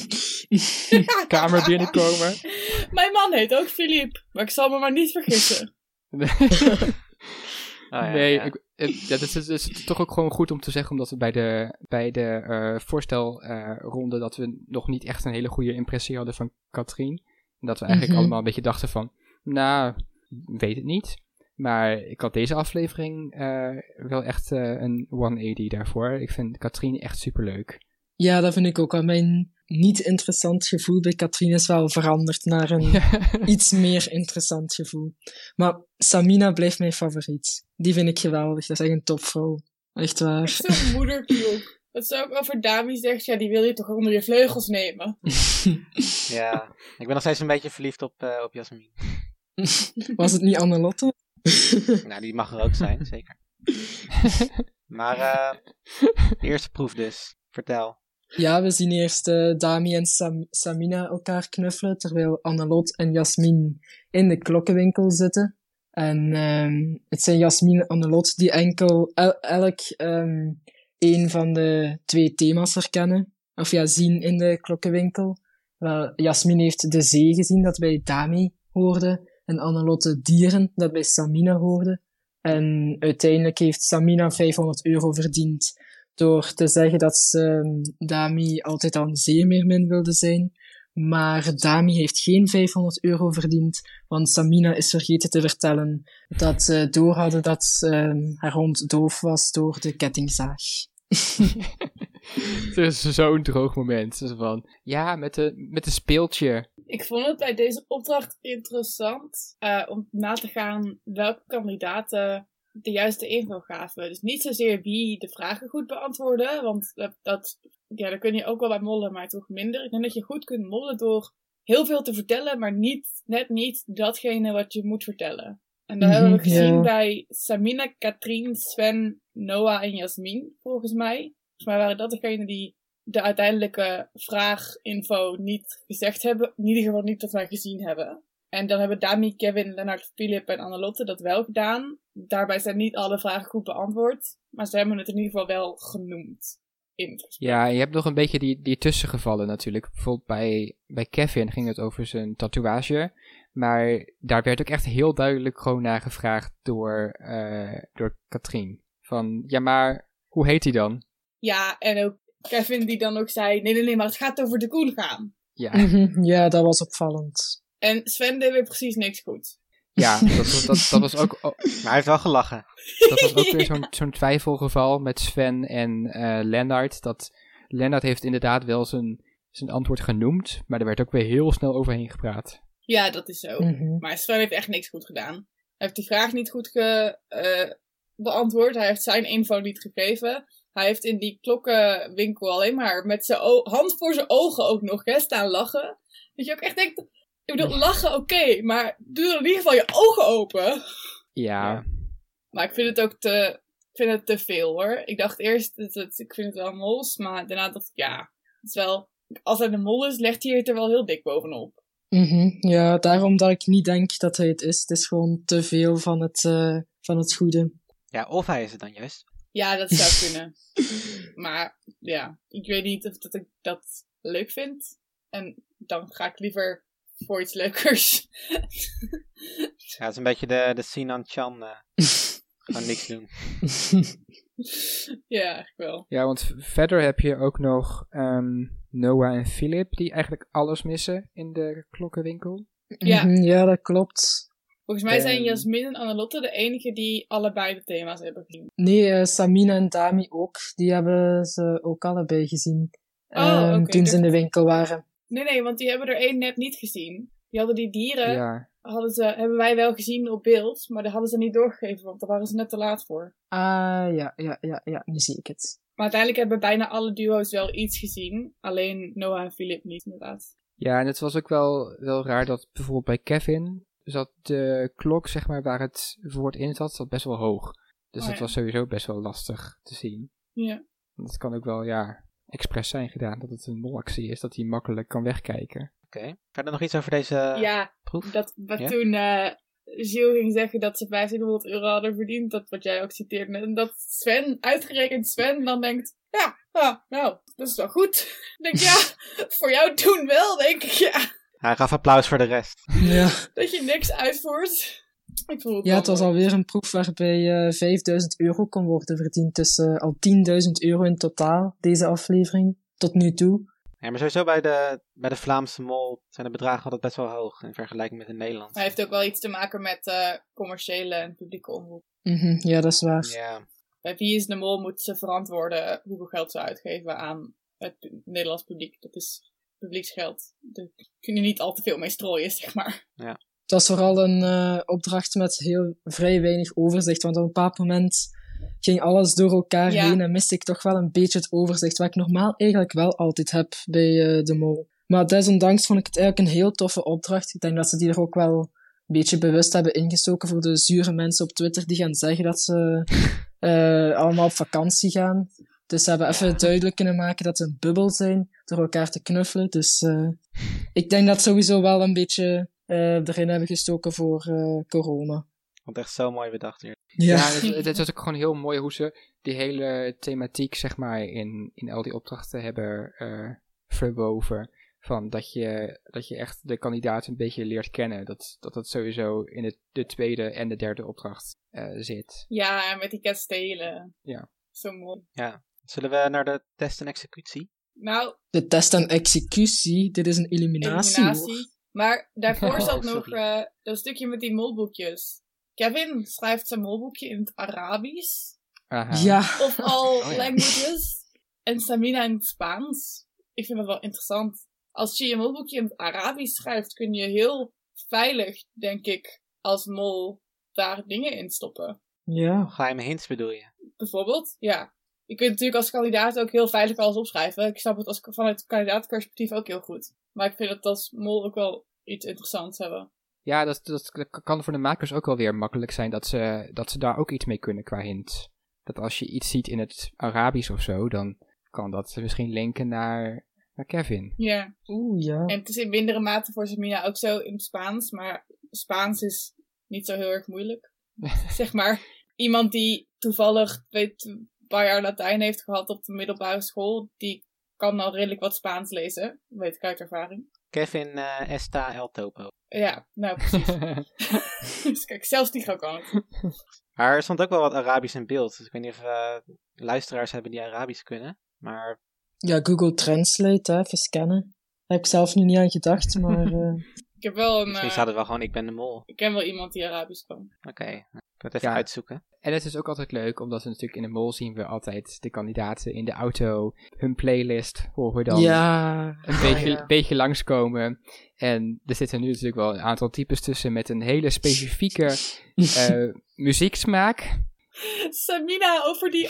kamer binnenkomen. Mijn man heet ook Philippe, maar ik zal me maar niet vergissen. Het is toch ook gewoon goed om te zeggen, omdat we bij de voorstelronde dat we nog niet echt een hele goede impressie hadden van Katrien. En dat we eigenlijk allemaal een beetje dachten van, nou, weet het niet. Maar ik had deze aflevering wel echt een 180 daarvoor. Ik vind Katrien echt superleuk. Ja, dat vind ik ook wel. Mijn niet interessant gevoel bij Katrien is wel veranderd naar een iets meer interessant gevoel. Maar Samina blijft mijn favoriet. Die vind ik geweldig. Dat is echt een topvrouw. Echt waar. Echt zo'n moederkloek. Dat ze ook over Dami zegt, ja, die wil je toch onder je vleugels nemen. Ja, ik ben nog steeds een beetje verliefd op Jasmin. Was het niet Annelotte? Nou, die mag er ook zijn, zeker. Maar de eerste proef dus. Vertel. Ja, we zien eerst Dami en Samina elkaar knuffelen, terwijl Annelot en Jasmin in de klokkenwinkel zitten. En het zijn Jasmin en Annelot die enkel elk een van de 2 thema's herkennen. Of ja, zien in de klokkenwinkel. Wel, Jasmin heeft de zee gezien, dat bij Dami hoorde. En Annelot de dieren, dat bij Samina hoorde. En uiteindelijk heeft Samina €500 verdiend door te zeggen dat ze Dami altijd al een zeemeermin wilde zijn. Maar Dami heeft geen €500 verdiend, want Samina is vergeten te vertellen dat ze door hadden dat haar hond doof was door de kettingzaag. Het is zo'n droog moment. Dus van, ja, met een speeltje. Ik vond het bij deze opdracht interessant om na te gaan welke kandidaten de juiste info gaven. Dus niet zozeer wie de vragen goed beantwoordde, want dat kun je ook wel bij mollen, maar toch minder. Ik denk dat je goed kunt mollen door heel veel te vertellen, maar net niet datgene wat je moet vertellen. En dat hebben we gezien bij Samina, Katrien, Sven, Noah en Jasmin, volgens mij. Volgens mij waren dat degenen die de uiteindelijke vraaginfo niet gezegd hebben. In ieder geval niet dat wij gezien hebben. En dan hebben Dami, Kevin, Lennart, Philip en Annelotte dat wel gedaan. Daarbij zijn niet alle vragen goed beantwoord. Maar ze hebben het in ieder geval wel genoemd in het gesprek. Ja, je hebt nog een beetje die tussengevallen natuurlijk. Bijvoorbeeld bij Kevin ging het over zijn tatoeage. Maar daar werd ook echt heel duidelijk gewoon naar gevraagd door Katrien. Van, ja maar, hoe heet hij dan? Ja, en ook Kevin die dan ook zei, nee, maar het gaat over de Koen gaan. Ja. Ja, dat was opvallend. En Sven deed weer precies niks goed. Ja, dat was ook... Maar hij heeft wel gelachen. Dat was ook weer zo'n twijfelgeval met Sven en Lennart. Dat Lennart heeft inderdaad wel zijn antwoord genoemd, maar er werd ook weer heel snel overheen gepraat. Ja, dat is zo. Maar Sven heeft echt niks goed gedaan. Hij heeft die vraag niet goed beantwoord. Hij heeft zijn info niet gegeven. Hij heeft in die klokkenwinkel alleen maar met zijn hand voor zijn ogen ook nog staan lachen. Dat je ook echt denkt, Ik bedoel, lachen oké, maar doe dan in ieder geval je ogen open. Ja. Maar ik vind het ook te veel hoor. Ik dacht eerst, ik vind het wel mols, maar daarna dacht ik, ja, het is wel, als hij de mol is, legt hij het er wel heel dik bovenop. Ja, daarom dat ik niet denk dat hij het is. Het is gewoon te veel van het goede. Ja, of hij is het dan juist. Ja, dat zou kunnen. Maar ja, ik weet niet of dat ik dat leuk vind. En dan ga ik liever voor iets leukers. Ja, het is een beetje de Sinan Chan. Gewoon niks doen. Ja, eigenlijk wel. Ja, want verder heb je ook nog Noah en Philip, die eigenlijk alles missen in de klokkenwinkel. Ja. Ja, dat klopt. Volgens mij zijn Jasmin en Annelotte de enige die allebei de thema's hebben gezien. Nee, Samina en Dami ook. Die hebben ze ook allebei gezien. Okay, toen ze in de winkel waren. Nee, want die hebben er één net niet gezien. Die hadden die dieren, Ja. hebben wij wel gezien op beeld, maar dat hadden ze niet doorgegeven, want daar waren ze net te laat voor. Ja, nu zie ik het. Maar uiteindelijk hebben bijna alle duo's wel iets gezien, alleen Noah en Philip niet, inderdaad. Ja, en het was ook wel raar dat bijvoorbeeld bij Kevin zat de klok, zeg maar, waar het woord in zat best wel hoog. Dus dat was sowieso best wel lastig te zien. Ja. Het kan ook wel, expres zijn gedaan dat het een molactie is, dat hij makkelijk kan wegkijken. Oké. Verder nog iets over deze proef? Toen Gilles ging zeggen dat ze 1500 euro hadden verdiend, dat wat jij ook citeerde, en dat uitgerekend Sven, dan denkt, nou, dat is wel goed. Ik denk, ja, voor jou toen wel, denk ik, ja. Hij gaf applaus voor de rest. Ja. Dat je niks uitvoert. Ik voel het was alweer een proef waarbij 5000 euro kon worden verdiend. Dus al 10.000 euro in totaal, deze aflevering, tot nu toe. Ja, maar sowieso bij de Vlaamse Mol zijn de bedragen altijd best wel hoog in vergelijking met de Nederlandse. Hij heeft ook wel iets te maken met commerciële en publieke omroep. Ja, dat is waar. Ja. Bij Wie is de Mol moeten ze verantwoorden hoeveel geld ze uitgeven aan het Nederlands publiek. Dat is publieksgeld. Daar kun je niet al te veel mee strooien, zeg maar. Ja. Het was vooral een opdracht met vrij weinig overzicht, want op een bepaald moment ging alles door elkaar heen en miste ik toch wel een beetje het overzicht, wat ik normaal eigenlijk wel altijd heb bij de Mol. Maar desondanks vond ik het eigenlijk een heel toffe opdracht. Ik denk dat ze die er ook wel een beetje bewust hebben ingestoken voor de zure mensen op Twitter die gaan zeggen dat ze allemaal op vakantie gaan. Dus ze hebben even duidelijk kunnen maken dat ze een bubbel zijn door elkaar te knuffelen. Dus ik denk dat sowieso wel een beetje erin hebben gestoken voor corona. Want echt zo mooi bedacht hier. Ja, het is ook gewoon heel mooi hoe ze die hele thematiek, zeg maar, in al die opdrachten hebben verwoven. Van dat je echt de kandidaat een beetje leert kennen. Dat sowieso in de tweede en de derde opdracht zit. Ja, en met die kastelen. Ja. Zo mooi. Ja. Zullen we naar de test en executie? Nou. De test en executie? Dit is een eliminatie. Hoor. Maar daarvoor zat nog dat stukje met die molboekjes. Kevin schrijft zijn molboekje in het Arabisch. Aha. Ja. Of all languages. En Samina in het Spaans. Ik vind dat wel interessant. Als je molboekje in het Arabisch schrijft, kun je heel veilig, denk ik, als mol daar dingen in stoppen. Ja. Geheime hints bedoel je? Bijvoorbeeld, ja. Je kunt natuurlijk als kandidaat ook heel veilig alles opschrijven. Ik snap het vanuit kandidaatperspectief ook heel goed. Maar ik vind het als mol ook wel iets interessants hebben. Ja, dat kan voor de makers ook wel weer makkelijk zijn dat ze daar ook iets mee kunnen qua hint. Dat als je iets ziet in het Arabisch of zo, dan kan dat misschien linken naar Kevin. Ja. Ja. En het is in mindere mate voor Samina ook zo in het Spaans, maar Spaans is niet zo heel erg moeilijk. Zeg maar, iemand die toevallig een paar jaar Latijn heeft gehad op de middelbare school, die kan al redelijk wat Spaans lezen, weet ik uit ervaring. Kevin Esta El Topo. Ja, nou precies. Dus kijk, zelfs die kan het. Maar er stond ook wel wat Arabisch in beeld, dus ik weet niet of luisteraars hebben die Arabisch kunnen, maar... Ja, Google Translate, even scannen. Daar heb ik zelf nu niet aan gedacht, maar... Ik heb wel een... Misschien staat het wel gewoon, ik ben de mol. Ik ken wel iemand die Arabisch kan. Oké, ik ga het even uitzoeken. En het is ook altijd leuk, omdat we natuurlijk in de mol zien we altijd de kandidaten in de auto. Hun playlist horen we dan een beetje langskomen. En er zitten nu natuurlijk wel een aantal types tussen met een hele specifieke muzieksmaak. Samina over die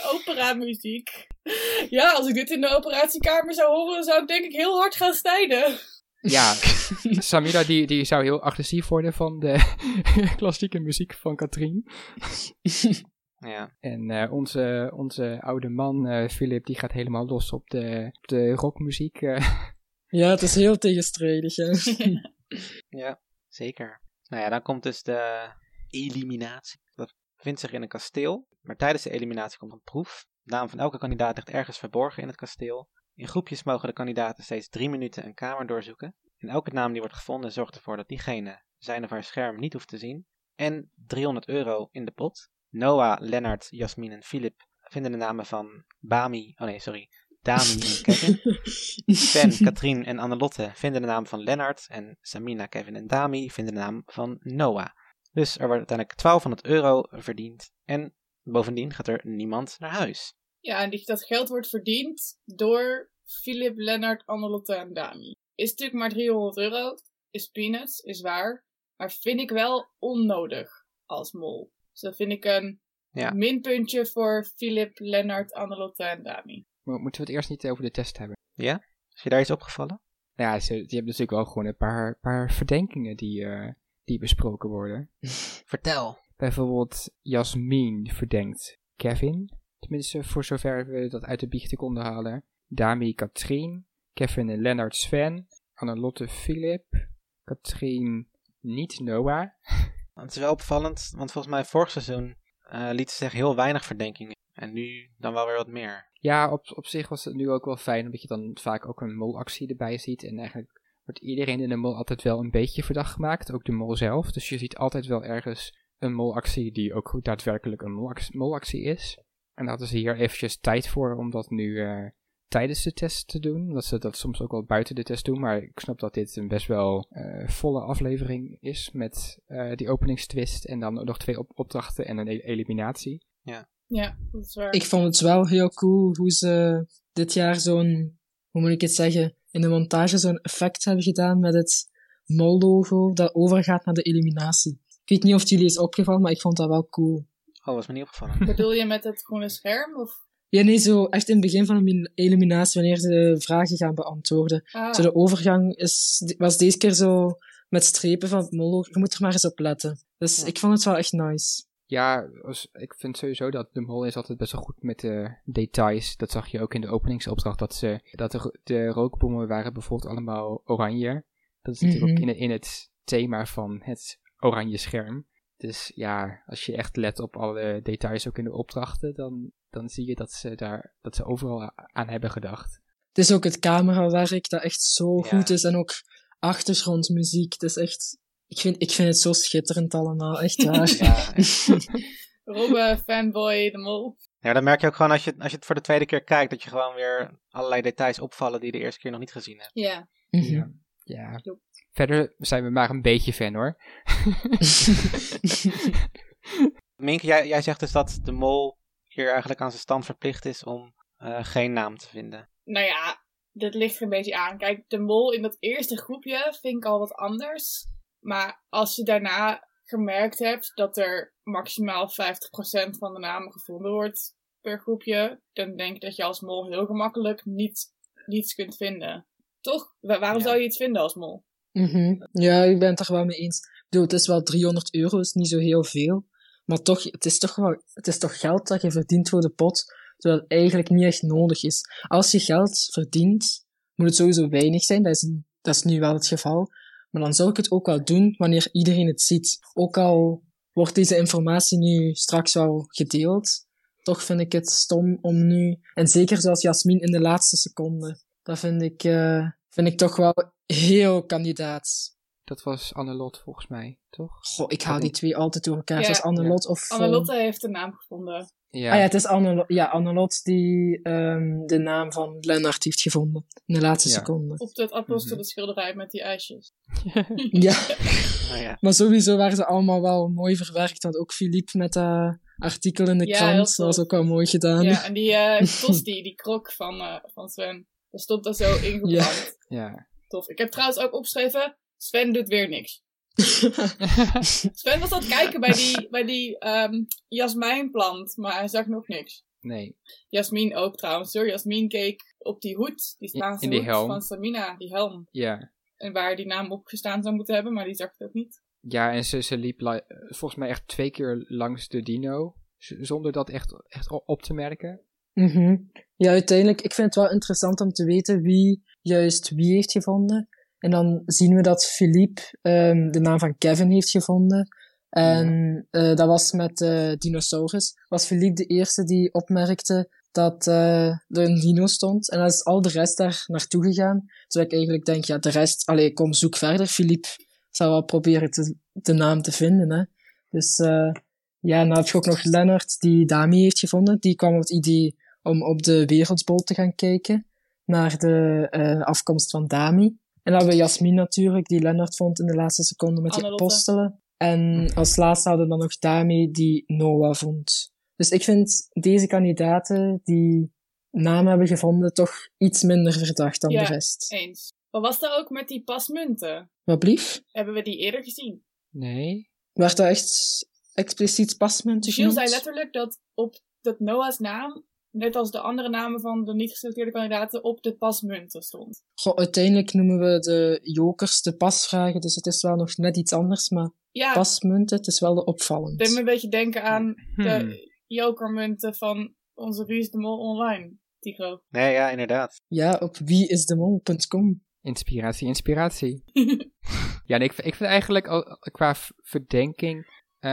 operamuziek. Ja, als ik dit in de operatiekamer zou horen, zou ik denk ik heel hard gaan snijden. Ja, Samira die zou heel agressief worden van de klassieke muziek van Katrien. Ja. En onze oude man, Philip, die gaat helemaal los op de rockmuziek. Ja, het is heel tegenstrijdig. Hè? Ja, zeker. Nou ja, dan komt dus de eliminatie. Dat bevindt zich in een kasteel. Maar tijdens de eliminatie komt een proef. De naam van elke kandidaat ligt ergens verborgen in het kasteel. In groepjes mogen de kandidaten steeds 3 minuten een kamer doorzoeken. En elke naam die wordt gevonden zorgt ervoor dat diegene zijn of haar scherm niet hoeft te zien. En €300 in de pot. Noah, Lennart, Jasmin en Philip vinden de namen van Dami en Kevin. Sven, Katrien en Annelotte vinden de naam van Lennart. En Samina, Kevin en Dami vinden de naam van Noah. Dus er wordt uiteindelijk €1200 verdiend. En bovendien gaat er niemand naar huis. Ja, en dat geld wordt verdiend door Philip, Lennart, Annelotte en Dami. Is natuurlijk maar €300. Is peanuts, is waar. Maar vind ik wel onnodig als mol. Dus dat vind ik een minpuntje voor Philip, Lennart, Annelotte en Dami. Moeten we het eerst niet over de test hebben? Ja? Is je daar iets opgevallen? Ja, die hebben natuurlijk wel gewoon een paar verdenkingen die besproken worden. Vertel. Bijvoorbeeld Jasmin verdenkt Kevin. Tenminste, voor zover we dat uit de biechten konden halen. Dami Katrien. Kevin en Lennart Sven. Annelotte Philip. Katrien niet Noah. Het is wel opvallend, want volgens mij vorig seizoen liet ze zich heel weinig verdenkingen. En nu dan wel weer wat meer. Ja, op zich was het nu ook wel fijn, omdat je dan vaak ook een molactie erbij ziet. En eigenlijk wordt iedereen in de mol altijd wel een beetje verdacht gemaakt. Ook de mol zelf. Dus je ziet altijd wel ergens een molactie die ook daadwerkelijk een molactie is. En daar hadden ze hier eventjes tijd voor om dat nu tijdens de test te doen. Dat ze dat soms ook wel buiten de test doen. Maar ik snap dat dit een best wel volle aflevering is met die openingstwist. En dan nog 2 opdrachten en een eliminatie. Ja, dat is waar. Ik vond het wel heel cool hoe ze dit jaar zo'n, hoe moet ik het zeggen, in de montage zo'n effect hebben gedaan met het mol-logo dat overgaat naar de eliminatie. Ik weet niet of het jullie is opgevallen, maar ik vond dat wel cool. Oh, was me niet opgevallen. Bedoel je met het groene scherm? Of? Ja, nee, zo echt in het begin van een eliminatie, wanneer ze de vragen gaan beantwoorden. Zo de overgang was deze keer zo met strepen van het mol-logo. Je moet er maar eens op letten. Dus ik vond het wel echt nice. Ja, ik vind sowieso dat de mol is altijd best wel goed met de details. Dat zag je ook in de openingsopdracht, dat de rookbommen waren bijvoorbeeld allemaal oranje. Dat is natuurlijk ook in het thema van het oranje scherm. Dus ja, als je echt let op alle details ook in de opdrachten, dan zie je dat ze overal aan hebben gedacht. Het is ook het camerawerk dat echt zo goed is en ook achtergrondmuziek. Het is echt... Ik vind het zo schitterend allemaal, echt waar. Ja, Robbe, fanboy, de mol. Ja, dan merk je ook gewoon als je het voor de tweede keer kijkt, dat je gewoon weer allerlei details opvallen die je de eerste keer nog niet gezien hebt. Ja. Ja. Verder zijn we maar een beetje fan, hoor. Minke, jij zegt dus dat de mol hier eigenlijk aan zijn stand verplicht is om geen naam te vinden. Nou ja, dit ligt er een beetje aan. Kijk, de mol in dat eerste groepje vind ik al wat anders. Maar als je daarna gemerkt hebt dat er maximaal 50% van de namen gevonden wordt per groepje, dan denk ik dat je als mol heel gemakkelijk niets kunt vinden. Toch? Waarom zou je iets vinden als mol? Ja, ik ben het er wel mee eens. Ik bedoel, het is wel €300, is niet zo heel veel. Maar toch, het is toch geld dat je verdient voor de pot, terwijl het eigenlijk niet echt nodig is. Als je geld verdient, moet het sowieso weinig zijn. Dat is nu wel het geval. Maar dan zou ik het ook wel doen wanneer iedereen het ziet. Ook al wordt deze informatie nu straks wel gedeeld, toch vind ik het stom om nu... En zeker zoals Jasmin in de laatste seconde. Dat vind ik toch wel heel kandidaat. Dat was Annelot volgens mij, toch? Goh, ik haal die twee altijd door elkaar. Zoals Annelot of... Annelotte heeft de naam gevonden. Ja. Ah ja, het is Annelot die de naam van Lennart heeft gevonden. In de laatste seconde. Op het apostelen schilderij met die ijsjes. Ja. Oh, ja. Maar sowieso waren ze allemaal wel mooi verwerkt. Want ook Philippe met dat artikel in de krant. Dat was ook wel mooi gedaan. Ja, en die tosti, die krok van Sven. Dat stond daar zo ingepakt. Ja. Tof. Ik heb trouwens ook opgeschreven, Sven doet weer niks. Sven was aan het kijken bij die jasmijnplant, maar hij zag nog niks. Nee. Jasmin ook trouwens hoor. Jasmin keek op die hoed, die Spaanse hoed helm van Samina, die helm. Ja. En waar die naam op gestaan zou moeten hebben, maar die zag het ook niet. Ja, en ze liep volgens mij echt 2 keer langs de dino. Zonder dat echt op te merken. Mm-hmm. Ja, uiteindelijk, ik vind het wel interessant om te weten wie juist wie heeft gevonden. En dan zien we dat Philippe de naam van Kevin heeft gevonden. En dat was met dinosaurus. Was Philippe de eerste die opmerkte dat er een dino stond. En dan is al de rest daar naartoe gegaan. Terwijl ik eigenlijk denk, ja, de rest, kom, zoek verder. Philippe zou wel proberen de naam te vinden, hè. Dus, ja, en dan heb je ook nog Lennart, die Dami heeft gevonden. Die kwam op het idee om op de Wereldbol te gaan kijken. Naar de afkomst van Dami. En dan hebben we Jasmin natuurlijk, die Lennart vond in de laatste seconde met die apostelen. En als laatste hadden we dan nog Dami, die Noah vond. Dus ik vind deze kandidaten die namen hebben gevonden toch iets minder verdacht dan de rest. Ja, eens. Wat was dat ook met die pasmunten? Wat blief? Hebben we die eerder gezien? Nee. Werd dat echt expliciet pasmunten genoemd? Gilles zei letterlijk dat op dat Noah's naam, net als de andere namen van de niet geselecteerde kandidaten, op de pasmunten stond. Goh, uiteindelijk noemen we de jokers de pasvragen, dus het is wel nog net iets anders, maar pasmunten, het is wel de opvallend. Dat doet me een beetje denken aan de jokermunten van onze Wie is de Mol online, Tycho. Nee, ja, inderdaad. Ja, op wieisdemol.com. Inspiratie. Ja, en ik vind eigenlijk qua verdenking,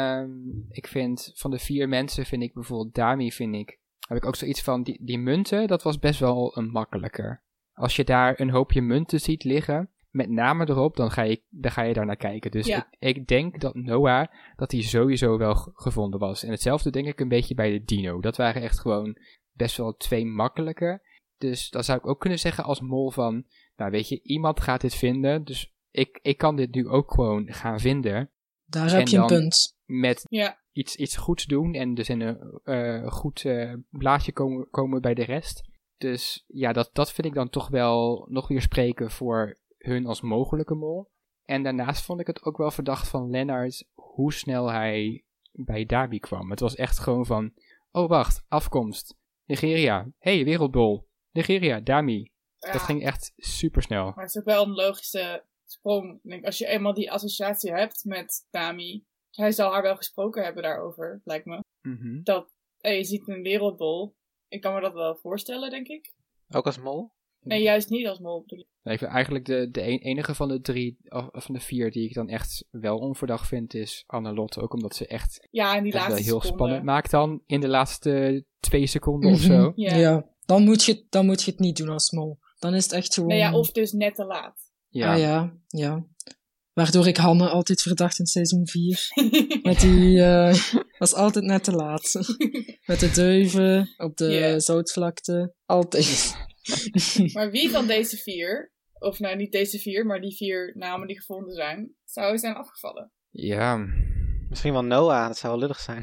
ik vind van de 4 mensen, vind ik bijvoorbeeld Dami, heb ik ook zoiets van, die munten, dat was best wel een makkelijker. Als je daar een hoopje munten ziet liggen, met namen erop, dan ga je daar naar kijken. Dus ik denk dat Noah, dat hij sowieso wel gevonden was. En hetzelfde denk ik een beetje bij de dino. Dat waren echt gewoon best wel 2 makkelijke. Dus dan zou ik ook kunnen zeggen als mol van, nou weet je, iemand gaat dit vinden, dus ik kan dit nu ook gewoon gaan vinden. Daar heb je een punt. Met iets goeds doen en dus in een goed blaadje komen bij de rest. Dus ja, dat vind ik dan toch wel nog weer spreken voor hun als mogelijke mol. En daarnaast vond ik het ook wel verdacht van Lennart hoe snel hij bij Dami kwam. Het was echt gewoon van, oh wacht, afkomst, Nigeria, hey, Wereldbol, Nigeria, Dami. Ja. Dat ging echt super snel. Maar het is ook wel een logische sprong. Ik denk, als je eenmaal die associatie hebt met Dami, hij zal haar wel gesproken hebben daarover, lijkt me. Mm-hmm. Dat, je ziet een wereldbol. Ik kan me dat wel voorstellen, denk ik. Ook als mol? Nee, juist niet als mol. Nee, ik vind eigenlijk de enige van de 3, of van de 4 die ik dan echt wel onverdacht vind, is Annelotte. Ook omdat ze echt in die laatste heel seconde spannend maakt dan in de laatste 2 seconden of zo. Ja. Dan moet je het niet doen als mol. Dan is het echt gewoon... Nee, of dus net te laat. Ja. Ja. Waardoor ik Hanne altijd verdacht in seizoen 4. Met die... was altijd net te laat. Met de duiven op de zoutvlakte. Altijd. Maar wie van deze 4, of nou niet deze 4, maar die 4 namen die gevonden zijn afgevallen? Ja. Misschien wel Noah, dat zou wel lullig zijn.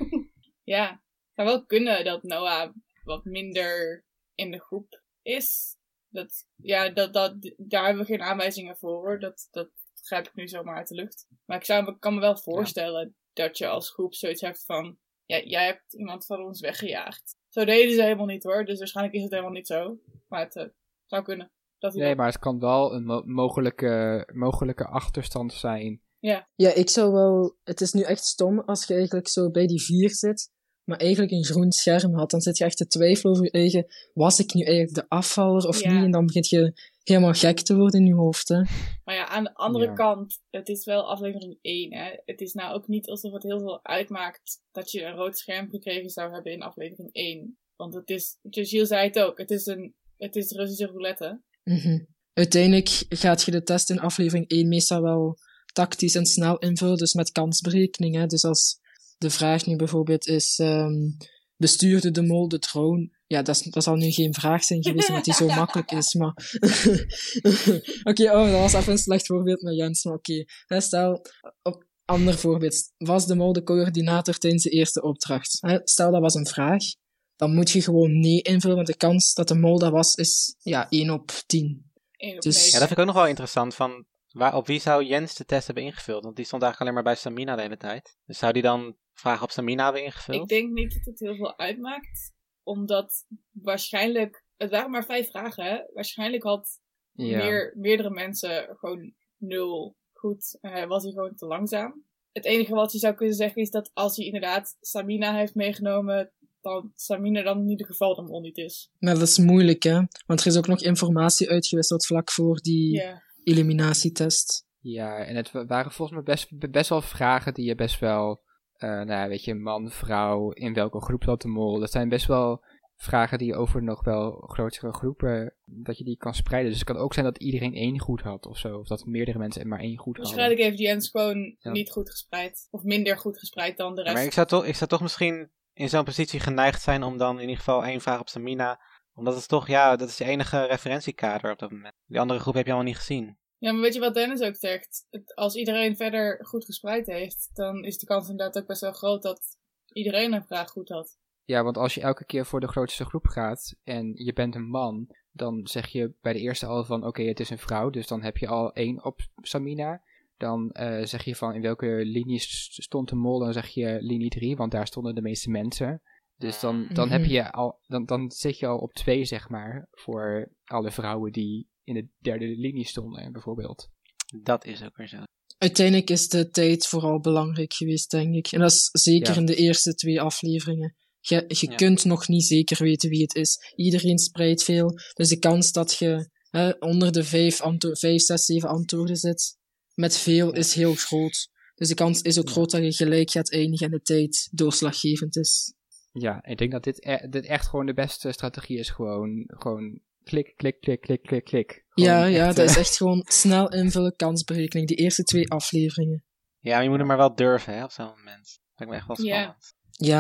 Ja, het zou wel kunnen dat Noah wat minder in de groep is. Daar hebben we geen aanwijzingen voor, hoor. Dat grijp ik nu zomaar uit de lucht. Maar ik kan me wel voorstellen dat je als groep zoiets hebt van, jij hebt iemand van ons weggejaagd. Zo deden ze helemaal niet, hoor. Dus waarschijnlijk is het helemaal niet zo. Maar het zou kunnen. Maar het kan wel een mogelijke achterstand zijn. Ja, ik zou wel... Het is nu echt stom als je eigenlijk zo bij die 4 zit, maar eigenlijk een groen scherm had. Dan zit je echt te twijfelen over je eigen... Was ik nu eigenlijk de afvaller of niet? En dan begint je helemaal gek te worden in je hoofd, hè. Maar aan de andere kant, het is wel aflevering 1, hè. Het is nou ook niet alsof het heel veel uitmaakt dat je een rood scherm gekregen zou hebben in aflevering 1. Want het is... Gilles zei het ook, het is Russische roulette. Mm-hmm. Uiteindelijk gaat je de test in aflevering 1 meestal wel tactisch en snel invullen, dus met kansberekening, hè. Dus als de vraag nu bijvoorbeeld is, bestuurde de mol de troon? Ja, dat zal nu geen vraag zijn geweest, omdat die zo makkelijk is, maar... Oké, dat was even een slecht voorbeeld met Jens, maar oké. Stel, ander voorbeeld. Was de mol de coördinator tijdens de eerste opdracht? Stel, dat was een vraag. Dan moet je gewoon nee invullen, want de kans dat de mol dat was, is 1 op 10. 1 op Dus... Ja, dat vind ik ook nog wel interessant, van... Op wie zou Jens de test hebben ingevuld? Want die stond eigenlijk alleen maar bij Samina de hele tijd. Dus zou die dan vragen op Samina hebben ingevuld? Ik denk niet dat het heel veel uitmaakt. Omdat waarschijnlijk... Het waren maar 5 vragen, hè? Waarschijnlijk had meerdere mensen gewoon 0 goed. Was hij gewoon te langzaam. Het enige wat je zou kunnen zeggen is dat als hij inderdaad Samina heeft meegenomen, dat Samina dan in ieder geval de mol niet is. Maar dat is moeilijk, hè? Want er is ook nog informatie uitgewisseld vlak voor die eliminatietest. Ja, en het waren volgens mij best wel vragen die je best wel, weet je, man, vrouw, in welke groep zat de mol. Dat zijn best wel vragen die je over nog wel grotere groepen, dat je die kan spreiden. Dus het kan ook zijn dat iedereen 1 goed had of zo. Of dat meerdere mensen maar 1 goed hadden. Waarschijnlijk heeft Jens gewoon niet goed gespreid. Of minder goed gespreid dan de rest. Maar ik zou toch misschien in zo'n positie geneigd zijn om dan in ieder geval 1 vraag op Samina. Omdat het toch, dat is je enige referentiekader op dat moment. Die andere groep heb je allemaal niet gezien. Ja, maar weet je wat Dennis ook zegt? Als iedereen verder goed gespreid heeft, dan is de kans inderdaad ook best wel groot dat iedereen een vraag goed had. Ja, want als je elke keer voor de grootste groep gaat en je bent een man, dan zeg je bij de eerste al van oké, het is een vrouw, dus dan heb je al 1 op Samina. Dan zeg je van in welke linie stond de mol, dan zeg je linie 3, want daar stonden de meeste mensen. Dus dan heb je al, dan zit je al op 2, zeg maar, voor alle vrouwen die in de 3e linie stonden, bijvoorbeeld. Dat is ook weer zo. Uiteindelijk is de tijd vooral belangrijk geweest, denk ik. En dat is zeker in de eerste 2 afleveringen. Je kunt nog niet zeker weten wie het is. Iedereen spreidt veel. Dus de kans dat je onder de 5, 6, 7 antwoorden zit, met veel, is heel groot. Dus de kans is ook groot dat je gelijk gaat eindigen en de tijd doorslaggevend is. Ja, ik denk dat dit echt gewoon de beste strategie is. Gewoon klik, klik, klik, klik, klik, klik. Dat is echt gewoon snel invullen, kansberekening. Die eerste 2 afleveringen. Ja, maar je moet er maar wel durven, hè, op zo'n moment. Dat lijkt me echt wel spannend.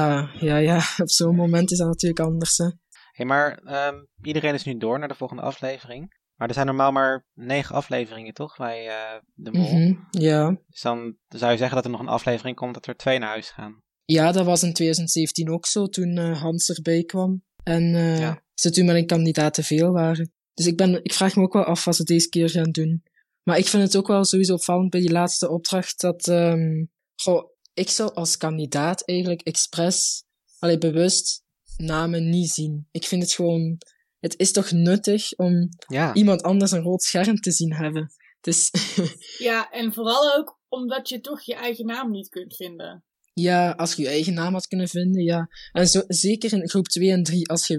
Ja. Op zo'n moment is dat natuurlijk anders, hè. Hey, maar iedereen is nu door naar de volgende aflevering. Maar er zijn normaal maar 9 afleveringen, toch? Bij de mol. Ja. Dus dan zou je zeggen dat er nog een aflevering komt dat er 2 naar huis gaan. Ja, dat was in 2017 ook zo, toen Hans erbij kwam. En ze toen met een kandidaat te veel waren. Dus ik vraag me ook wel af wat ze deze keer gaan doen. Maar ik vind het ook wel sowieso opvallend bij die laatste opdracht dat... ik zou als kandidaat eigenlijk expres, bewust, namen niet zien. Ik vind het gewoon... Het is toch nuttig om iemand anders een rood scherm te zien hebben. Dus ja, en vooral ook omdat je toch je eigen naam niet kunt vinden. Ja, als je je eigen naam had kunnen vinden, ja. En zeker in groep 2 en 3, als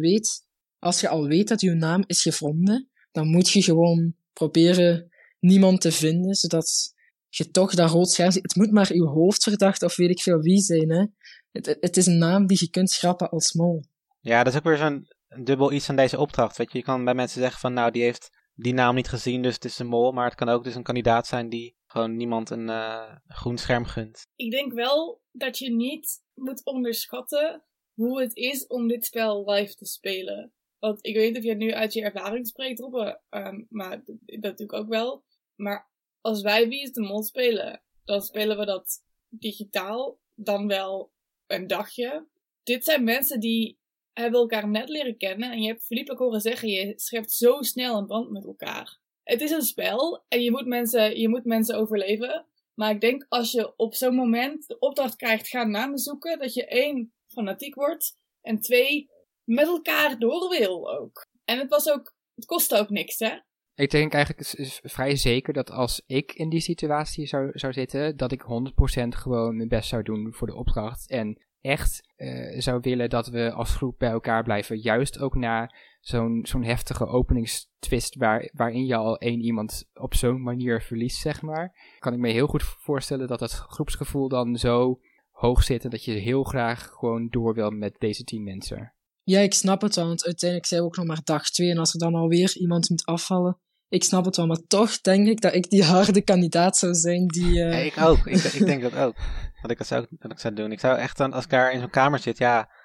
je al weet dat je naam is gevonden, dan moet je gewoon proberen niemand te vinden, zodat je toch dat rood scherm ziet. Het moet maar uw hoofdverdachte of weet ik veel wie zijn, hè. Het is een naam die je kunt schrappen als mol. Ja, dat is ook weer zo'n dubbel iets aan deze opdracht, weet je. Je kan bij mensen zeggen van, nou, die heeft die naam niet gezien, dus het is een mol. Maar het kan ook dus een kandidaat zijn die gewoon niemand een groen scherm gunt. Ik denk wel dat je niet moet onderschatten hoe het is om dit spel live te spelen. Want ik weet niet of je nu uit je ervaring spreekt, Robbe, maar dat doe ik ook wel. Maar als wij Wie is de Mol spelen, dan spelen we dat digitaal, dan wel een dagje. Dit zijn mensen die hebben elkaar net leren kennen en je hebt Philippe ook horen zeggen, je schept zo snel een band met elkaar. Het is een spel en je moet mensen overleven. Maar ik denk als je op zo'n moment de opdracht krijgt, ga namen zoeken, dat je 1, fanatiek wordt en 2, met elkaar door wil ook. En het kostte ook niks, hè? Ik denk eigenlijk is vrij zeker dat als ik in die situatie zou zitten, dat ik 100% gewoon mijn best zou doen voor de opdracht. En echt zou willen dat we als groep bij elkaar blijven. Juist ook na zo'n heftige openingstwist waarin je al 1 iemand op zo'n manier verliest, zeg maar. Kan ik me heel goed voorstellen dat het groepsgevoel dan zo hoog zit en dat je heel graag gewoon door wil met deze 10 mensen. Ja, ik snap het wel, want uiteindelijk zijn we ook nog maar dag 2 en als er dan alweer iemand moet afvallen, ik snap het wel, maar toch denk ik dat ik die harde kandidaat zou zijn die... Ja, ik ook. Ik denk dat ook. Dat ik zou doen. Ik zou echt dan, als ik daar in zo'n kamer zit,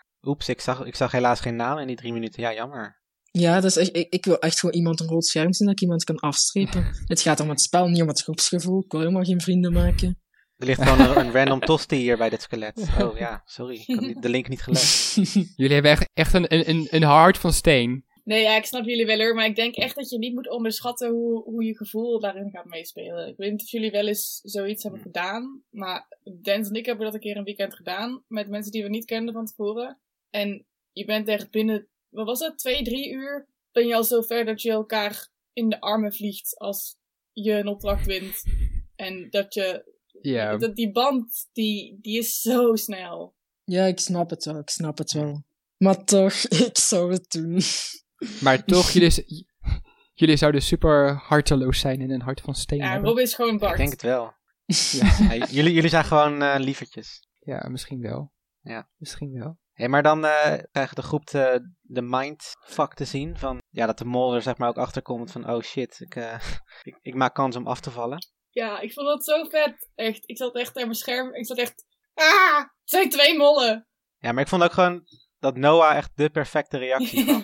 ik zag helaas geen naam in die 3 minuten. Ja, jammer. Ja, dus ik wil echt gewoon iemand een rood scherm zien, dat ik iemand kan afstrepen. Het gaat om het spel, niet om het groepsgevoel. Ik wil helemaal geen vrienden maken. Er ligt gewoon een random tosti hier bij dit skelet. Oh ja, sorry. Ik had de link niet gelegd. Jullie hebben echt een hart van steen. Nee, ja, ik snap jullie wel hoor, maar ik denk echt dat je niet moet onderschatten hoe je gevoel daarin gaat meespelen. Ik weet niet of jullie wel eens zoiets hebben gedaan, maar Dens en ik hebben dat een keer een weekend gedaan met mensen die we niet kenden van tevoren. En je bent echt binnen, wat was het, 2-3 uur ben je al zo ver dat je elkaar in de armen vliegt als je een opdracht wint. En dat je... Ja. Dat die band, die is zo snel. Ja, ik snap het wel. Maar toch, ik zou het doen. Maar toch, jullie zouden super harteloos zijn en een hart van steen hebben. Rob is gewoon Bart. Ik denk het wel. Ja. Ja, jullie zijn gewoon lievertjes. Ja, misschien wel. Ja. Misschien wel. Hey, maar dan krijgt de groep de mindfuck te zien. Van, ja, dat de mol er zeg maar ook achter komt van, oh shit, ik maak kans om af te vallen. Ja, ik vond dat zo vet. Echt, ik zat echt aan mijn scherm. Ik zat echt... het zijn 2 mollen. Ja, maar ik vond ook gewoon dat Noah echt de perfecte reactie gaf.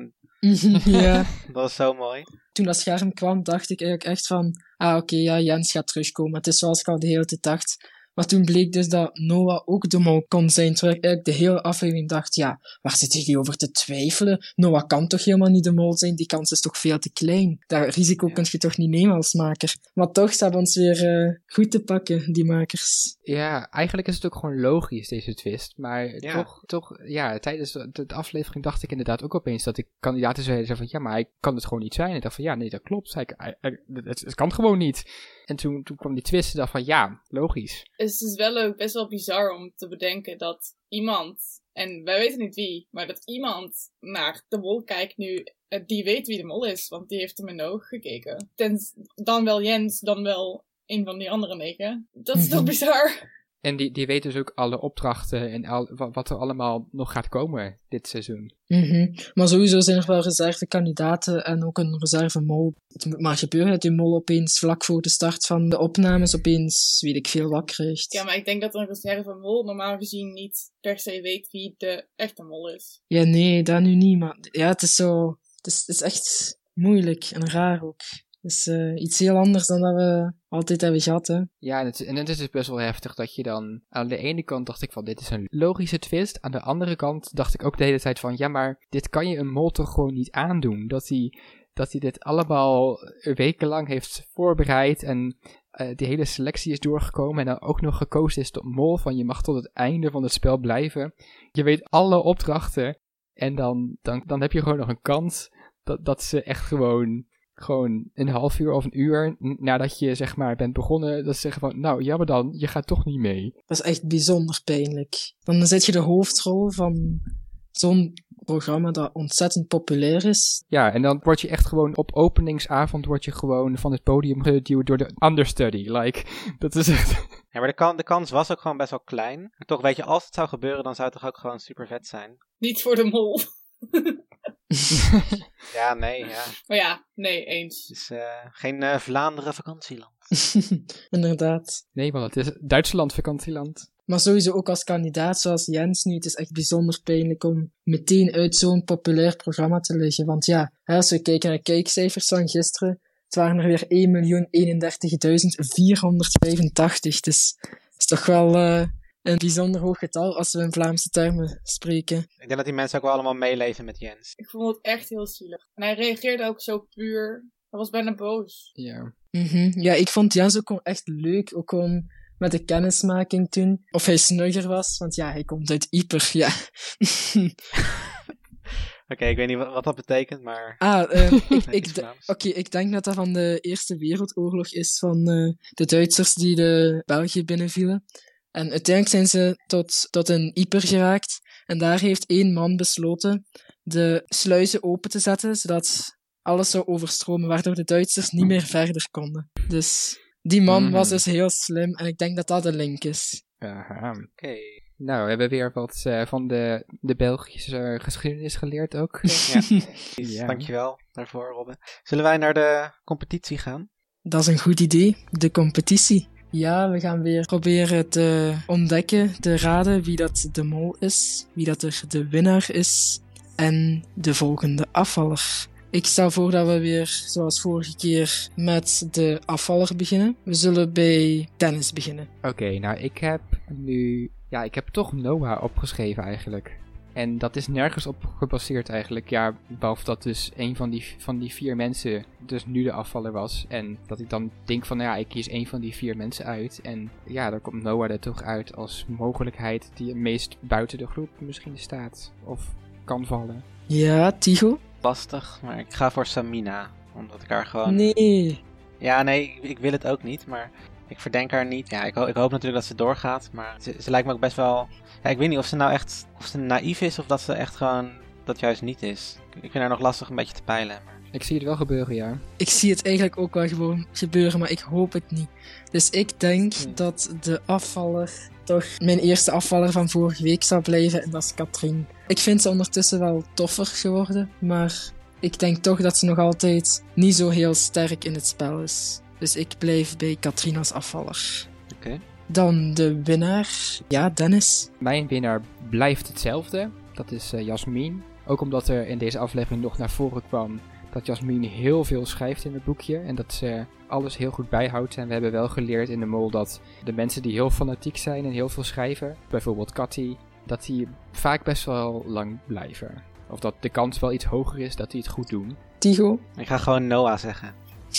Ja. Dat was zo mooi. Toen dat scherm kwam, dacht ik eigenlijk echt van... oké, Jens gaat terugkomen. Het is zoals ik al de hele tijd dacht. Maar toen bleek dus dat Noah ook de mol kon zijn. Terwijl ik eigenlijk de hele aflevering dacht... Ja, waar zit hij over te twijfelen? Noah kan toch helemaal niet de mol zijn? Die kans is toch veel te klein? Dat risico kun je toch niet nemen als maker? Maar toch, ze hebben ons weer goed te pakken, die makers. Ja, eigenlijk is het ook gewoon logisch, deze twist. Maar toch, tijdens de aflevering dacht ik inderdaad ook opeens dat ik kandidaten zeiden van... Ja, maar hij kan het gewoon niet zijn. En ik dacht van, ja, nee, dat klopt. Het kan gewoon niet. En toen kwam die twist en dacht van, ja, logisch. Het is wel ook best wel bizar om te bedenken dat iemand, en wij weten niet wie, maar dat iemand naar de mol kijkt nu, die weet wie de mol is, want die heeft hem in de ogen gekeken. Dan wel Jens, dan wel een van die andere 9. Dat is toch bizar? En die weet dus ook alle opdrachten en wat er allemaal nog gaat komen dit seizoen. Maar sowieso zijn er wel reservekandidaten en ook een reservemol. Het moet maar gebeuren dat die mol opeens vlak voor de start van de opnames opeens, weet ik veel, wat krijgt. Ja, maar ik denk dat een reservemol normaal gezien niet per se weet wie de echte mol is. Ja, nee, dat nu niet, maar ja, het is zo... Het is echt moeilijk en raar ook. Dus iets heel anders dan dat we altijd hebben gehad, hè. Ja, en het is dus best wel heftig dat je dan... Aan de ene kant dacht ik van, dit is een logische twist. Aan de andere kant dacht ik ook de hele tijd van... Ja, maar dit kan je een mol toch gewoon niet aandoen. Dat hij dit allemaal wekenlang heeft voorbereid... En die hele selectie is doorgekomen... En dan ook nog gekozen is tot mol... Van je mag tot het einde van het spel blijven. Je weet alle opdrachten... En dan heb je gewoon nog een kans... Dat ze echt gewoon een half uur of een uur nadat je zeg maar bent begonnen, dat ze zeggen van, nou ja, maar dan, je gaat toch niet mee. Dat is echt bijzonder pijnlijk. Dan zet je de hoofdrol van zo'n programma dat ontzettend populair is. Ja, en dan word je echt gewoon op openingsavond word je gewoon van het podium geduwd door de understudy. Like, dat is echt... Ja, maar de kans was ook gewoon best wel klein. En toch, weet je, als het zou gebeuren, dan zou het toch ook gewoon super vet zijn. Niet voor de mol. Ja, nee, ja. Maar ja, nee, eens. Het is geen Vlaanderen vakantieland. Inderdaad. Nee, want het is Duitsland vakantieland. Maar sowieso ook als kandidaat zoals Jens nu, het is echt bijzonder pijnlijk om meteen uit zo'n populair programma te liggen. Want ja, als we kijken naar kijkcijfers van gisteren, het waren er weer 1.031.485. Dus dat is toch wel een bijzonder hoog getal als we in Vlaamse termen spreken. Ik denk dat die mensen ook wel allemaal meeleven met Jens. Ik vond het echt heel zielig. En hij reageerde ook zo puur. Hij was bijna boos. Ja. Ja, ik vond Jens ook gewoon echt leuk. Ook gewoon met de kennismaking toen. Of hij snugger was, want ja, hij komt uit Yper, ja. Oké, ik weet niet wat dat betekent, maar... ik denk dat dat van de Eerste Wereldoorlog is, van de Duitsers die de België binnenvielen. En uiteindelijk zijn ze tot een Yper geraakt. En daar heeft 1 man besloten de sluizen open te zetten, zodat alles zou overstromen, waardoor de Duitsers niet meer verder konden. Dus die man was dus heel slim, en ik denk dat dat de link is. Aha. Oké. Nou, we hebben weer wat van de Belgische geschiedenis geleerd ook. Ja. Dankjewel daarvoor, Robin. Zullen wij naar de competitie gaan? Dat is een goed idee, de competitie. Ja, we gaan weer proberen te ontdekken, te raden wie dat de mol is, wie dat er de winnaar is en de volgende afvaller. Ik stel voor dat we weer, zoals vorige keer, met de afvaller beginnen. We zullen bij Dennis beginnen. Oké, nou ik heb toch Noah opgeschreven eigenlijk. En dat is nergens op gebaseerd eigenlijk. Ja, behalve dat dus een van die 4 mensen dus nu de afvaller was. En dat ik dan denk van, nou ja, ik kies een van die 4 mensen uit. En ja, dan komt Noah er toch uit als mogelijkheid die het meest buiten de groep misschien staat. Of kan vallen. Ja, Tycho? Lastig, maar ik ga voor Samina. Omdat ik haar gewoon... Nee. Ja, nee, ik wil het ook niet, maar ik verdenk haar niet. Ja, ik hoop natuurlijk dat ze doorgaat, maar ze lijkt me ook best wel... Ja, ik weet niet of ze nou echt naïef is of dat ze echt gewoon dat juist niet is. Ik vind haar nog lastig een beetje te peilen. Maar... Ik zie het wel gebeuren, ja. Ik zie het eigenlijk ook wel gewoon gebeuren, maar ik hoop het niet. Dus ik denk dat de afvaller toch mijn eerste afvaller van vorige week zal blijven en dat is Katrien. Ik vind ze ondertussen wel toffer geworden, maar ik denk toch dat ze nog altijd niet zo heel sterk in het spel is. Dus ik blijf bij Katrien als afvaller. Oké. Dan de winnaar. Ja, Dennis. Mijn winnaar blijft hetzelfde. Dat is Jasmine. Ook omdat er in deze aflevering nog naar voren kwam dat Jasmine heel veel schrijft in het boekje. En dat ze alles heel goed bijhoudt. En we hebben wel geleerd in de mol dat de mensen die heel fanatiek zijn en heel veel schrijven, bijvoorbeeld Katty, dat die vaak best wel lang blijven. Of dat de kans wel iets hoger is dat die het goed doen. Tycho? Ik ga gewoon Noah zeggen.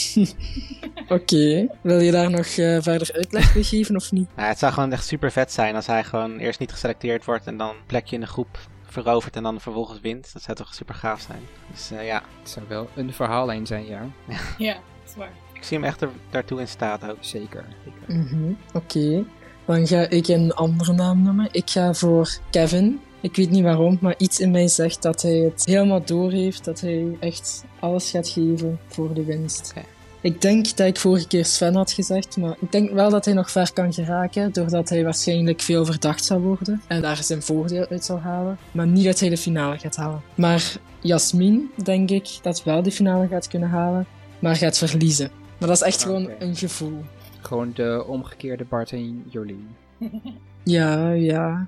Oké. Wil je daar nog verder uitleg bij geven of niet? Nou, het zou gewoon echt super vet zijn als hij gewoon eerst niet geselecteerd wordt en dan een plekje in de groep verovert en dan vervolgens wint. Dat zou toch super gaaf zijn. Dus ja. Het zou wel een verhaallijn zijn, ja. Ja, dat is waar. Ik zie hem echt daartoe in staat ook. Zeker. Oké. Dan ga ik een andere naam noemen. Ik ga voor Kevin. Ik weet niet waarom, maar iets in mij zegt dat hij het helemaal doorheeft. Dat hij echt alles gaat geven voor de winst. Okay. Ik denk dat ik vorige keer Sven had gezegd, maar ik denk wel dat hij nog ver kan geraken, doordat hij waarschijnlijk veel verdacht zal worden en daar zijn voordeel uit zal halen. Maar niet dat hij de finale gaat halen. Maar Jasmine, denk ik, dat wel de finale gaat kunnen halen, maar gaat verliezen. Maar dat is echt gewoon een gevoel. Gewoon de omgekeerde Bart en Jolien. Ja.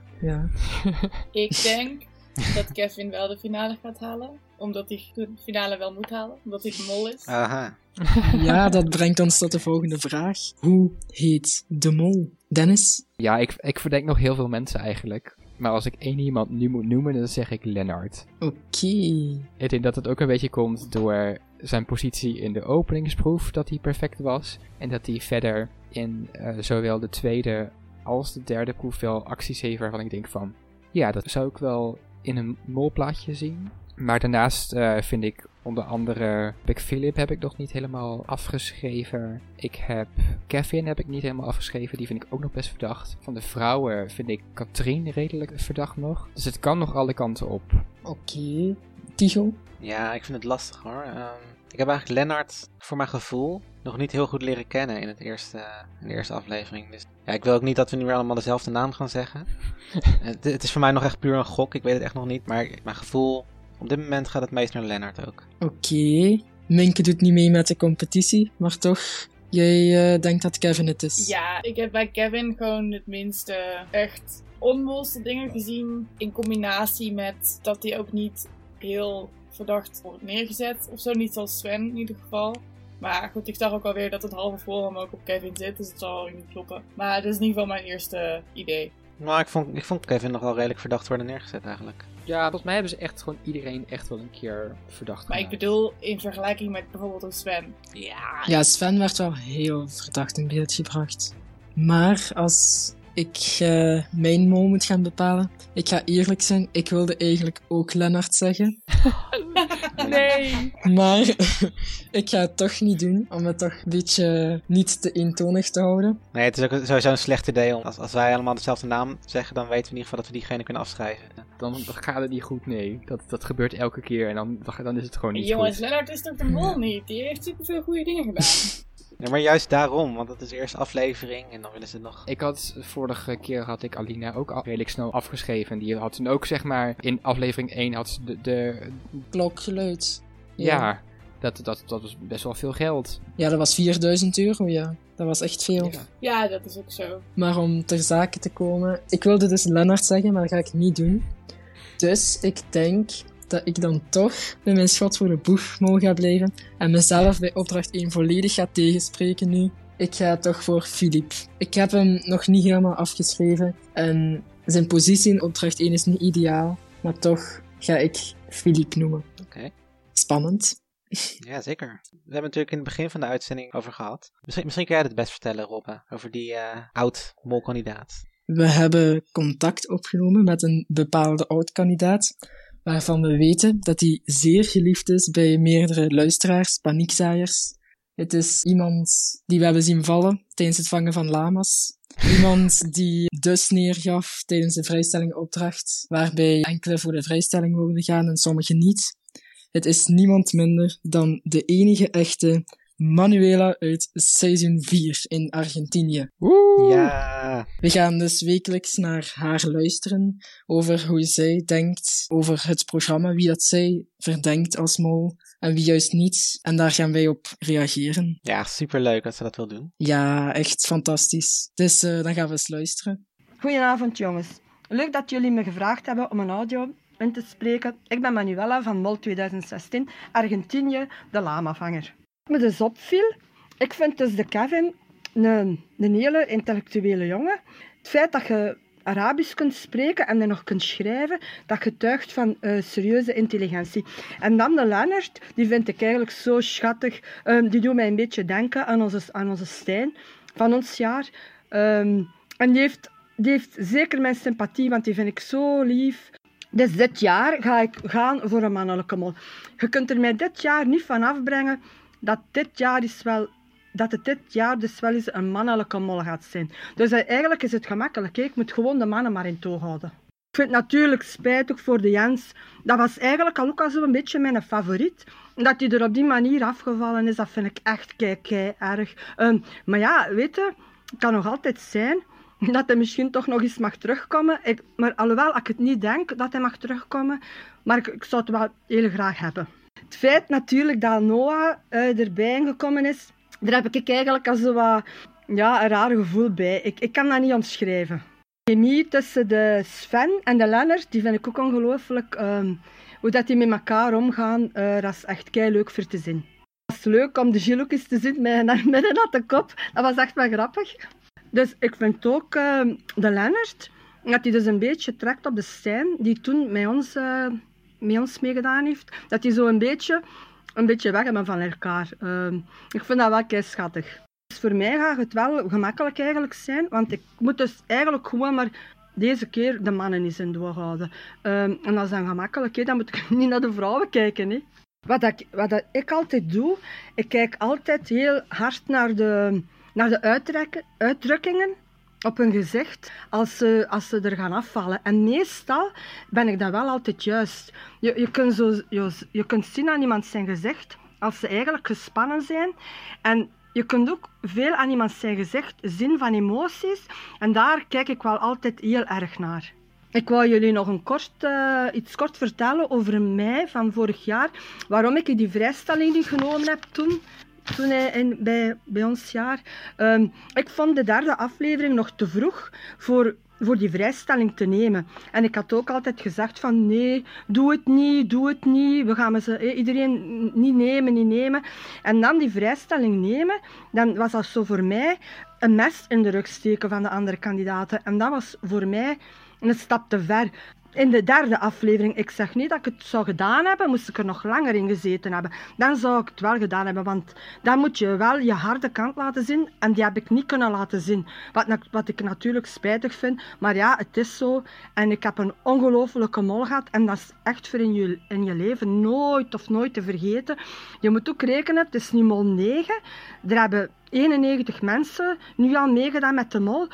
Ik denk dat Kevin wel de finale gaat halen. Omdat hij de finale wel moet halen. Omdat hij de mol is. Aha. Ja, dat brengt ons tot de volgende vraag. Hoe heet de mol? Dennis? Ja, ik verdenk nog heel veel mensen eigenlijk. Maar als ik één iemand nu moet noemen, dan zeg ik Lennart. Oké. Ik denk dat het ook een beetje komt door zijn positie in de openingsproef, dat hij perfect was. En dat hij verder in zowel de tweede als de derde proef wel acties heeft waarvan ik denk van... Ja, dat zou ik wel in een molplaatje zien. Maar daarnaast vind ik onder andere... Philip heb ik nog niet helemaal afgeschreven. Kevin heb ik niet helemaal afgeschreven. Die vind ik ook nog best verdacht. Van de vrouwen vind ik Katrien redelijk verdacht nog. Dus het kan nog alle kanten op. Oké. Tycho? Ja, ik vind het lastig hoor. Ik heb eigenlijk Lennart, voor mijn gevoel, nog niet heel goed leren kennen in de eerste aflevering. Dus ja, ik wil ook niet dat we nu weer allemaal dezelfde naam gaan zeggen. Het is voor mij nog echt puur een gok. Ik weet het echt nog niet. Maar mijn gevoel, op dit moment gaat het meest naar Lennart ook. Oké. Minke doet niet mee met de competitie, maar toch... Jij denkt dat Kevin het is? Ja, ik heb bij Kevin gewoon het minste echt onmolste dingen gezien. In combinatie met dat hij ook niet heel verdacht wordt neergezet. Of zo, niet zoals Sven in ieder geval. Maar goed, ik zag ook alweer dat het halve forum ook op Kevin zit. Dus het zal wel niet kloppen. Maar dat is in ieder geval mijn eerste idee. Nou, ik vond Kevin nog wel redelijk verdacht worden neergezet eigenlijk. Ja, volgens mij hebben ze echt gewoon iedereen echt wel een keer verdacht Maar gemaakt. ik bedoel, in vergelijking met bijvoorbeeld een Sven. Ja, Sven werd wel heel verdacht in beeld gebracht. Maar als ik mijn mol moet gaan bepalen, ik ga eerlijk zijn, ik wilde eigenlijk ook Lennart zeggen. Nee! Maar ik ga het toch niet doen, om het toch een beetje niet te eentonig te houden. Nee, het is ook sowieso een slecht idee. Als wij allemaal dezelfde naam zeggen, dan weten we in ieder geval dat we diegene kunnen afschrijven. Dan gaat het niet goed, nee. Dat gebeurt elke keer en dan is het gewoon niet Jongens, goed. Lennart is toch de mol niet? Die heeft superveel goede dingen gedaan. Ja, maar juist daarom, want dat is de eerste aflevering en dan willen ze nog... Vorige keer had ik Alina ook redelijk snel afgeschreven. Die had toen ook, zeg maar, in aflevering 1 had ze de Klokgeluid. Ja, dat was best wel veel geld. Ja, dat was €4.000, ja. Dat was echt veel. Ja, dat is ook zo. Maar om ter zake te komen... Ik wilde dus Lennart zeggen, maar dat ga ik niet doen. Dus ik denk dat ik dan toch bij mijn schot voor de boeg mogen blijven en mezelf bij opdracht 1 volledig ga tegenspreken nu. Ik ga toch voor Filip. Ik heb hem nog niet helemaal afgeschreven en zijn positie in opdracht 1 is niet ideaal, maar toch ga ik Filip noemen. Oké. Spannend. Ja, zeker. We hebben natuurlijk in het begin van de uitzending over gehad. Misschien kan jij het best vertellen, Robbe, over die oud-molkandidaat. We hebben contact opgenomen met een bepaalde oud-kandidaat. waarvan we weten dat hij zeer geliefd is bij meerdere luisteraars, paniekzaaiers. Het is iemand die we hebben zien vallen tijdens het vangen van lama's. Iemand die dus neergaf tijdens de vrijstellingopdracht, waarbij enkele voor de vrijstelling wilden gaan en sommigen niet. Het is niemand minder dan de enige echte Manuela uit seizoen 4 in Argentinië. Woe! Ja. We gaan dus wekelijks naar haar luisteren over hoe zij denkt over het programma, wie dat zij verdenkt als mol en wie juist niet. En daar gaan wij op reageren. Ja, superleuk dat ze dat wil doen. Ja, echt fantastisch. Dus dan gaan we eens luisteren. Goedenavond jongens. Leuk dat jullie me gevraagd hebben om een audio in te spreken. Ik ben Manuela van Mol 2016, Argentinië, de lamavanger. Wat me dus opviel, ik vind dus de Kevin een hele intellectuele jongen. Het feit dat je Arabisch kunt spreken en dan nog kunt schrijven, dat getuigt van serieuze intelligentie. En dan de Lennart, die vind ik eigenlijk zo schattig. Die doet mij een beetje denken aan onze Stijn van ons jaar. En die heeft zeker mijn sympathie, want die vind ik zo lief. Dus dit jaar ga ik gaan voor een mannelijke mol. Je kunt er mij dit jaar niet van afbrengen dat het dit jaar dus wel eens een mannelijke mol gaat zijn. Dus eigenlijk is het gemakkelijk. Ik moet gewoon de mannen maar in toog houden. Ik vind het natuurlijk spijtig voor de Jens. Dat was eigenlijk ook al zo'n beetje mijn favoriet. Dat hij er op die manier afgevallen is, dat vind ik echt kei erg. Maar ja, weet je, het kan nog altijd zijn dat hij misschien toch nog eens mag terugkomen. Maar alhoewel ik het niet denk dat hij mag terugkomen, maar ik zou het wel heel graag hebben. Het feit natuurlijk dat Noah erbij gekomen is, daar heb ik eigenlijk al zo wat, een raar gevoel bij. Ik kan dat niet omschrijven. De chemie tussen de Sven en de Lennart, die vind ik ook ongelooflijk. Hoe dat die met elkaar omgaan, dat is echt kei leuk voor te zien. Het was leuk om de Gilles ook eens te zien met een natte kop. Dat was echt wel grappig. Dus ik vind ook de Lennart, dat hij dus een beetje trekt op de Stijn, die toen met ons meegedaan heeft. Dat hij zo een beetje weg hebben van elkaar. Ik vind dat wel kei schattig. Dus voor mij gaat het wel gemakkelijk eigenlijk zijn, want ik moet dus eigenlijk gewoon maar deze keer de mannen eens in doog houden. En dat is dan gemakkelijk, dan moet ik niet naar de vrouwen kijken. Hè. Wat ik altijd doe, ik kijk altijd heel hard naar de uitdrukkingen op hun gezicht als ze er gaan afvallen. En meestal ben ik dat wel altijd juist. Je kunt zien aan iemand zijn gezicht als ze eigenlijk gespannen zijn. En je kunt ook veel aan iemand zijn gezicht zien van emoties. En daar kijk ik wel altijd heel erg naar. Ik wou jullie nog iets kort vertellen over mei van vorig jaar. Waarom ik die vrijstelling niet genomen heb toen bij ons jaar. Ik vond de derde aflevering nog te vroeg voor die vrijstelling te nemen. En ik had ook altijd gezegd van nee, doe het niet. We gaan iedereen niet nemen. En dan die vrijstelling nemen, dan was dat zo voor mij een mes in de rug steken van de andere kandidaten. En dat was voor mij een stap te ver. In de derde aflevering, ik zeg niet dat ik het zou gedaan hebben, moest ik er nog langer in gezeten hebben. Dan zou ik het wel gedaan hebben, want dan moet je wel je harde kant laten zien. En die heb ik niet kunnen laten zien. Wat ik natuurlijk spijtig vind, maar ja, het is zo. En ik heb een ongelofelijke mol gehad. En dat is echt voor in je leven nooit te vergeten. Je moet ook rekenen, het is nu mol 9. Er hebben 91 mensen nu al meegedaan met de mol.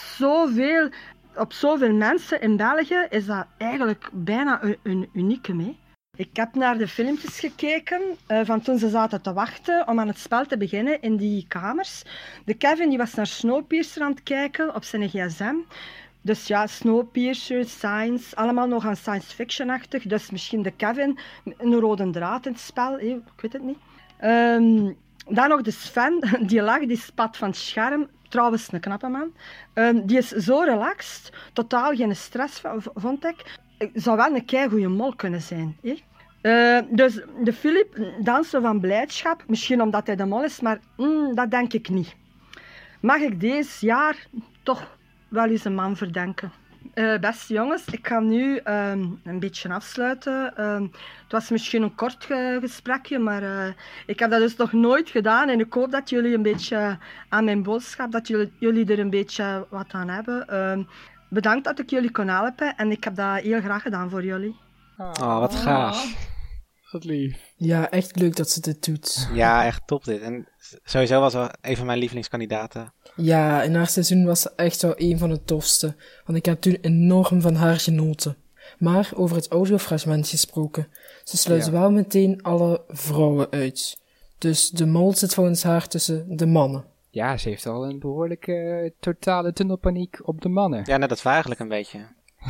Op zoveel mensen in België is dat eigenlijk bijna een unieke mee. Ik heb naar de filmpjes gekeken van toen ze zaten te wachten om aan het spel te beginnen in die kamers. De Kevin die was naar Snowpiercer aan het kijken op zijn gsm. Dus ja, Snowpiercer, science, allemaal nog aan science fiction-achtig. Dus misschien de Kevin, een rode draad in het spel, ik weet het niet. Dan nog de Sven, die spat van het scherm. Trouwens, een knappe man. Die is zo relaxed, totaal geen stress, vond ik. Zou wel een keigoeie mol kunnen zijn. Dus de Philip dansen van blijdschap, misschien omdat hij de mol is, maar dat denk ik niet. Mag ik deze jaar toch wel eens een man verdenken? Beste jongens, ik ga nu een beetje afsluiten. Het was misschien een kort gesprekje, maar ik heb dat dus nog nooit gedaan. En ik hoop dat jullie een beetje aan mijn boodschap, dat jullie er een beetje wat aan hebben. Bedankt dat ik jullie kon helpen en ik heb dat heel graag gedaan voor jullie. Oh, wat gaaf. Wat lief. Ja, echt leuk dat ze dit doet. Ja, echt top dit. En sowieso was wel een van mijn lievelingskandidaten. Ja, in haar seizoen was ze echt wel een van de tofste. Want ik heb toen enorm van haar genoten. Maar over het audiofragment gesproken. Ze sluit wel meteen alle vrouwen uit. Dus de mol zit volgens haar tussen de mannen. Ja, ze heeft al een behoorlijke totale tunnelpaniek op de mannen. Ja, dat was eigenlijk een beetje.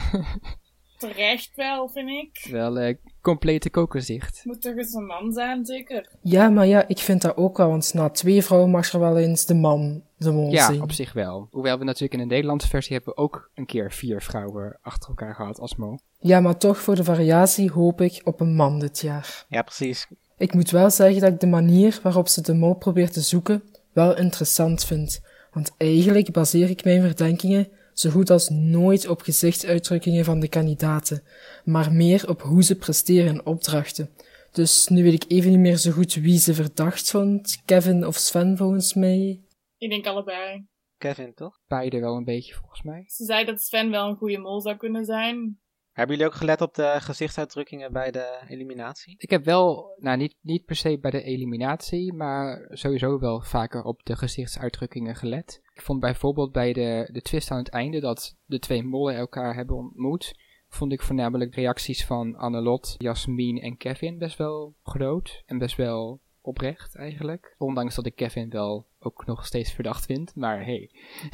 Terecht wel, vind ik. Wel complete kokerzicht. Moet toch eens een man zijn, zeker? Ja, maar ja, ik vind dat ook wel. Want na 2 vrouwen mag er wel eens de man de mol zijn. Ja, op zich wel. Hoewel we natuurlijk in de Nederlandse versie hebben we ook een keer 4 vrouwen achter elkaar gehad als mol. Ja, maar toch voor de variatie hoop ik op een man dit jaar. Ja, precies. Ik moet wel zeggen dat ik de manier waarop ze de mol probeert te zoeken wel interessant vind. Want eigenlijk baseer ik mijn verdenkingen zo goed als nooit op gezichtsuitdrukkingen van de kandidaten, maar meer op hoe ze presteren in opdrachten. Dus nu weet ik even niet meer zo goed wie ze verdacht vond, Kevin of Sven volgens mij. Ik denk allebei. Kevin, toch? Beide wel een beetje volgens mij. Ze zei dat Sven wel een goede mol zou kunnen zijn. Hebben jullie ook gelet op de gezichtsuitdrukkingen bij de eliminatie? Ik heb wel, niet per se bij de eliminatie, maar sowieso wel vaker op de gezichtsuitdrukkingen gelet. Ik vond bijvoorbeeld bij de twist aan het einde dat de 2 mollen elkaar hebben ontmoet, vond ik voornamelijk reacties van Annelot, Jasmin en Kevin best wel groot en best wel oprecht eigenlijk. Ondanks dat ik Kevin wel ook nog steeds verdacht vind, maar hey.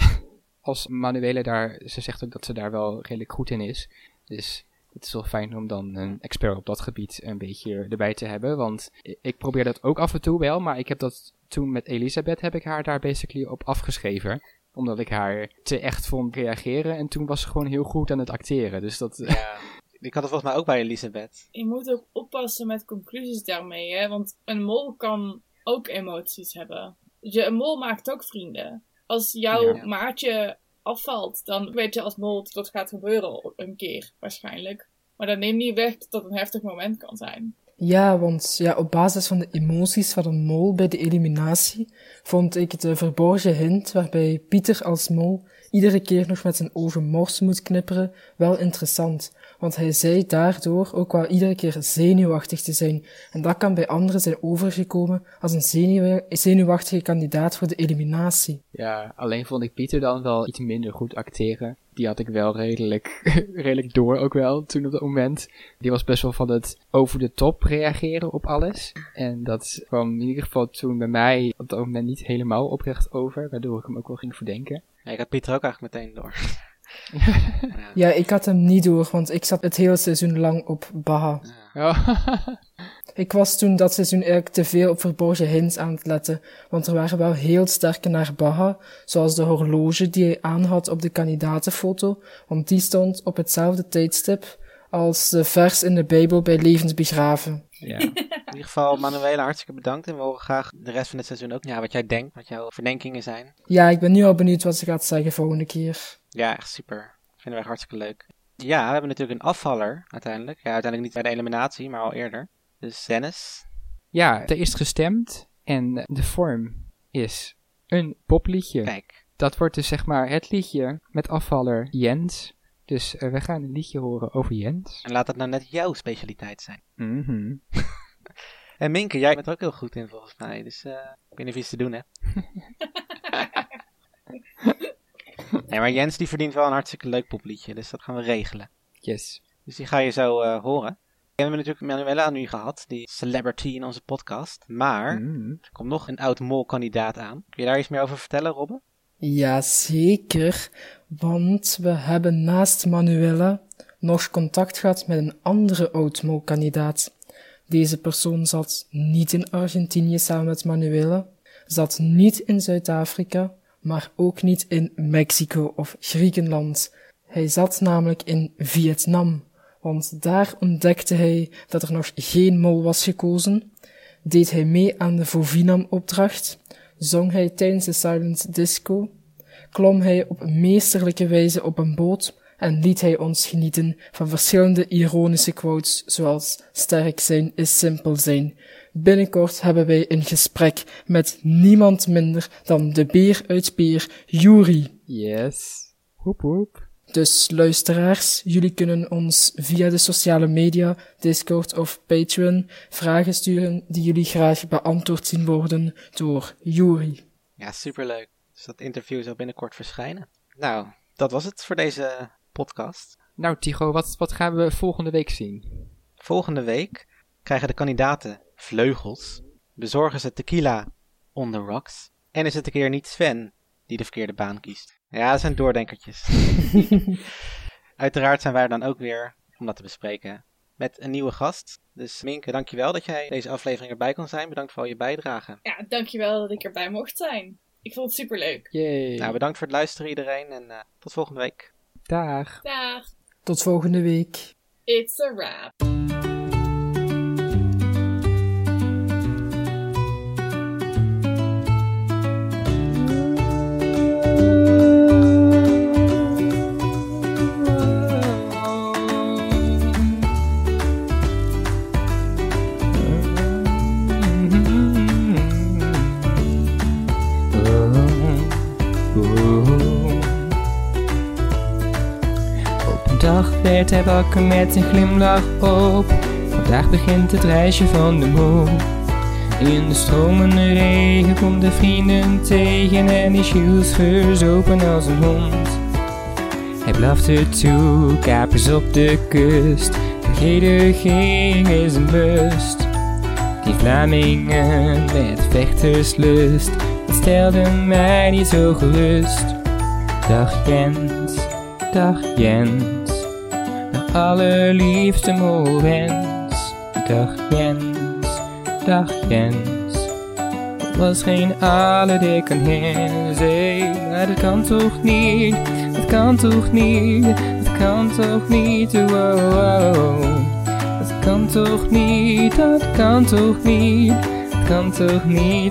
Als Manuele daar, ze zegt ook dat ze daar wel redelijk goed in is. Dus het is wel fijn om dan een expert op dat gebied een beetje erbij te hebben. Want ik probeer dat ook af en toe wel. Maar ik heb dat toen met Elisabeth heb ik haar daar basically op afgeschreven. Omdat ik haar te echt vond reageren. En toen was ze gewoon heel goed aan het acteren. Dus dat... Ja, ik had het volgens mij ook bij Elisabeth. Je moet ook oppassen met conclusies daarmee, hè. Want een mol kan ook emoties hebben. Een mol maakt ook vrienden. Als jouw maatje afvalt, dan weet je als mol dat dat gaat gebeuren een keer, waarschijnlijk. Maar dat neemt niet weg dat dat een heftig moment kan zijn. Ja, want op basis van de emoties van een mol bij de eliminatie vond ik de verborgen hint waarbij Pieter als mol iedere keer nog met zijn ogen mors moet knipperen wel interessant. Want hij zei daardoor ook wel iedere keer zenuwachtig te zijn. En dat kan bij anderen zijn overgekomen als een zenuwachtige kandidaat voor de eliminatie. Ja, alleen vond ik Pieter dan wel iets minder goed acteren. Die had ik wel redelijk door ook wel toen op dat moment. Die was best wel van het over de top reageren op alles. En dat kwam in ieder geval toen bij mij op dat moment niet helemaal oprecht over. Waardoor ik hem ook wel ging verdenken. Ja, ik had Pieter ook eigenlijk meteen door. Ja, ik had hem niet door, want ik zat het hele seizoen lang op Baha. Ja. Ik was toen dat seizoen eigenlijk te veel op verborgen hints aan het letten, want er waren wel heel sterke naar Baha, zoals de horloge die hij aanhad op de kandidatenfoto, want die stond op hetzelfde tijdstip als de vers in de Bijbel bij levens begraven. Ja. In ieder geval, Manuela, hartstikke bedankt. En we horen graag de rest van het seizoen ook wat jij denkt, wat jouw verdenkingen zijn. Ja, ik ben nu al benieuwd wat ze gaat zeggen volgende keer. Ja, echt super. Vinden wij hartstikke leuk. Ja, we hebben natuurlijk een afvaller uiteindelijk. Ja, uiteindelijk niet bij de eliminatie, maar al eerder. Dus Dennis. Ja, er is gestemd en de vorm is een popliedje. Kijk. Dat wordt dus zeg maar het liedje met afvaller Jens. Dus we gaan een liedje horen over Jens. En laat dat nou net jouw specialiteit zijn. Mhm. En Minke, jij bent er ook heel goed in volgens mij. Dus ik weet niet of je iets te doen hebt. Nee, maar Jens die verdient wel een hartstikke leuk popliedje. Dus dat gaan we regelen. Yes. Dus die ga je zo horen. We hebben natuurlijk Manuela nu gehad, die celebrity in onze podcast. Maar er komt nog een oud mol-kandidaat aan. Kun je daar iets meer over vertellen, Robbe? Jazeker, want we hebben naast Manuela nog contact gehad met een andere oud-mol-kandidaat. Deze persoon zat niet in Argentinië samen met Manuela, zat niet in Zuid-Afrika, maar ook niet in Mexico of Griekenland. Hij zat namelijk in Vietnam, want daar ontdekte hij dat er nog geen mol was gekozen, deed hij mee aan de Vovinam-opdracht, zong hij tijdens de Silent Disco, klom hij op meesterlijke wijze op een boot en liet hij ons genieten van verschillende ironische quotes zoals sterk zijn is simpel zijn. Binnenkort hebben wij een gesprek met niemand minder dan de beer uit Peer, Yuri. Yes. Woep woep. Dus luisteraars, jullie kunnen ons via de sociale media, Discord of Patreon vragen sturen die jullie graag beantwoord zien worden door Juri. Ja, superleuk. Dus dat interview zal binnenkort verschijnen. Nou, dat was het voor deze podcast. Nou Tycho, wat gaan we volgende week zien? Volgende week krijgen de kandidaten vleugels, bezorgen ze tequila on the rocks en is het een keer niet Sven die de verkeerde baan kiest. Ja, dat zijn doordenkertjes. Uiteraard zijn wij er dan ook weer om dat te bespreken met een nieuwe gast. Dus Minke, dankjewel dat jij deze aflevering erbij kon zijn. Bedankt voor al je bijdrage. Ja, dankjewel dat ik erbij mocht zijn. Ik vond het superleuk. Yay. Nou, bedankt voor het luisteren iedereen en tot volgende week. Dag. Dag. Tot volgende week. It's a wrap. Dag werd hij wakker met een glimlach op. Vandaag begint het reisje van de mol. In de stromende regen komt de vrienden tegen en is Jules verzopen als een hond. Hij blafte toe, kapers op de kust. Vergederiging is een lust. Die Vlamingen met vechterslust, dat stelde mij niet zo gerust. Dag Jens, dag Jens, de allerliefste molwens. Dag Jens, dag Jens, het was geen allerdikke Hens. Maar dat kan toch niet, dat kan toch niet, dat kan toch niet, wow. Dat kan toch niet, dat kan toch niet, dat kan toch niet,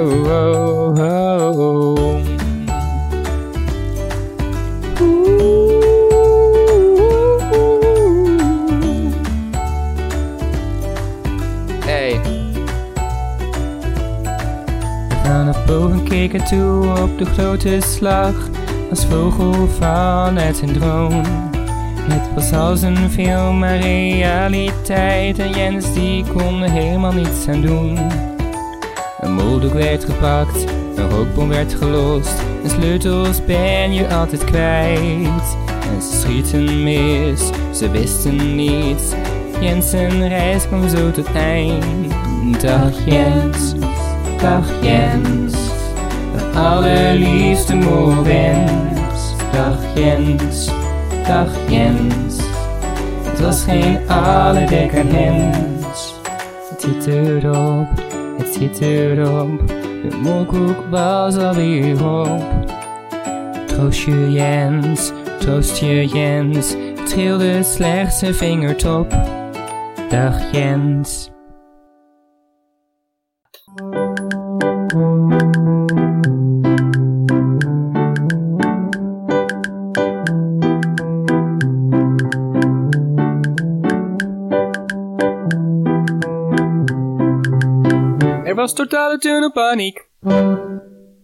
wow. Hey. Vanaf boven keek er toe op de grote slag, als vogel vanuit zijn droom. Het was als een film, maar realiteit, en Jens die kon er helemaal niets aan doen. Een moldoek werd gepakt, een rookbom werd gelost, en sleutels ben je altijd kwijt. En ze schieten mis, ze wisten niets, Jens zijn reis kwam zo tot eind. Dag Jens, dag Jens, de allerliefste molwens. Dag Jens, dag Jens, het was geen allerdikke Hens. Het zit erop, het zit erop, de molkoek was alweer op. Troost je Jens, troost je Jens, het scheelde slechts zijn vingertop. Dag Jens. Er was totale tunnelpaniek.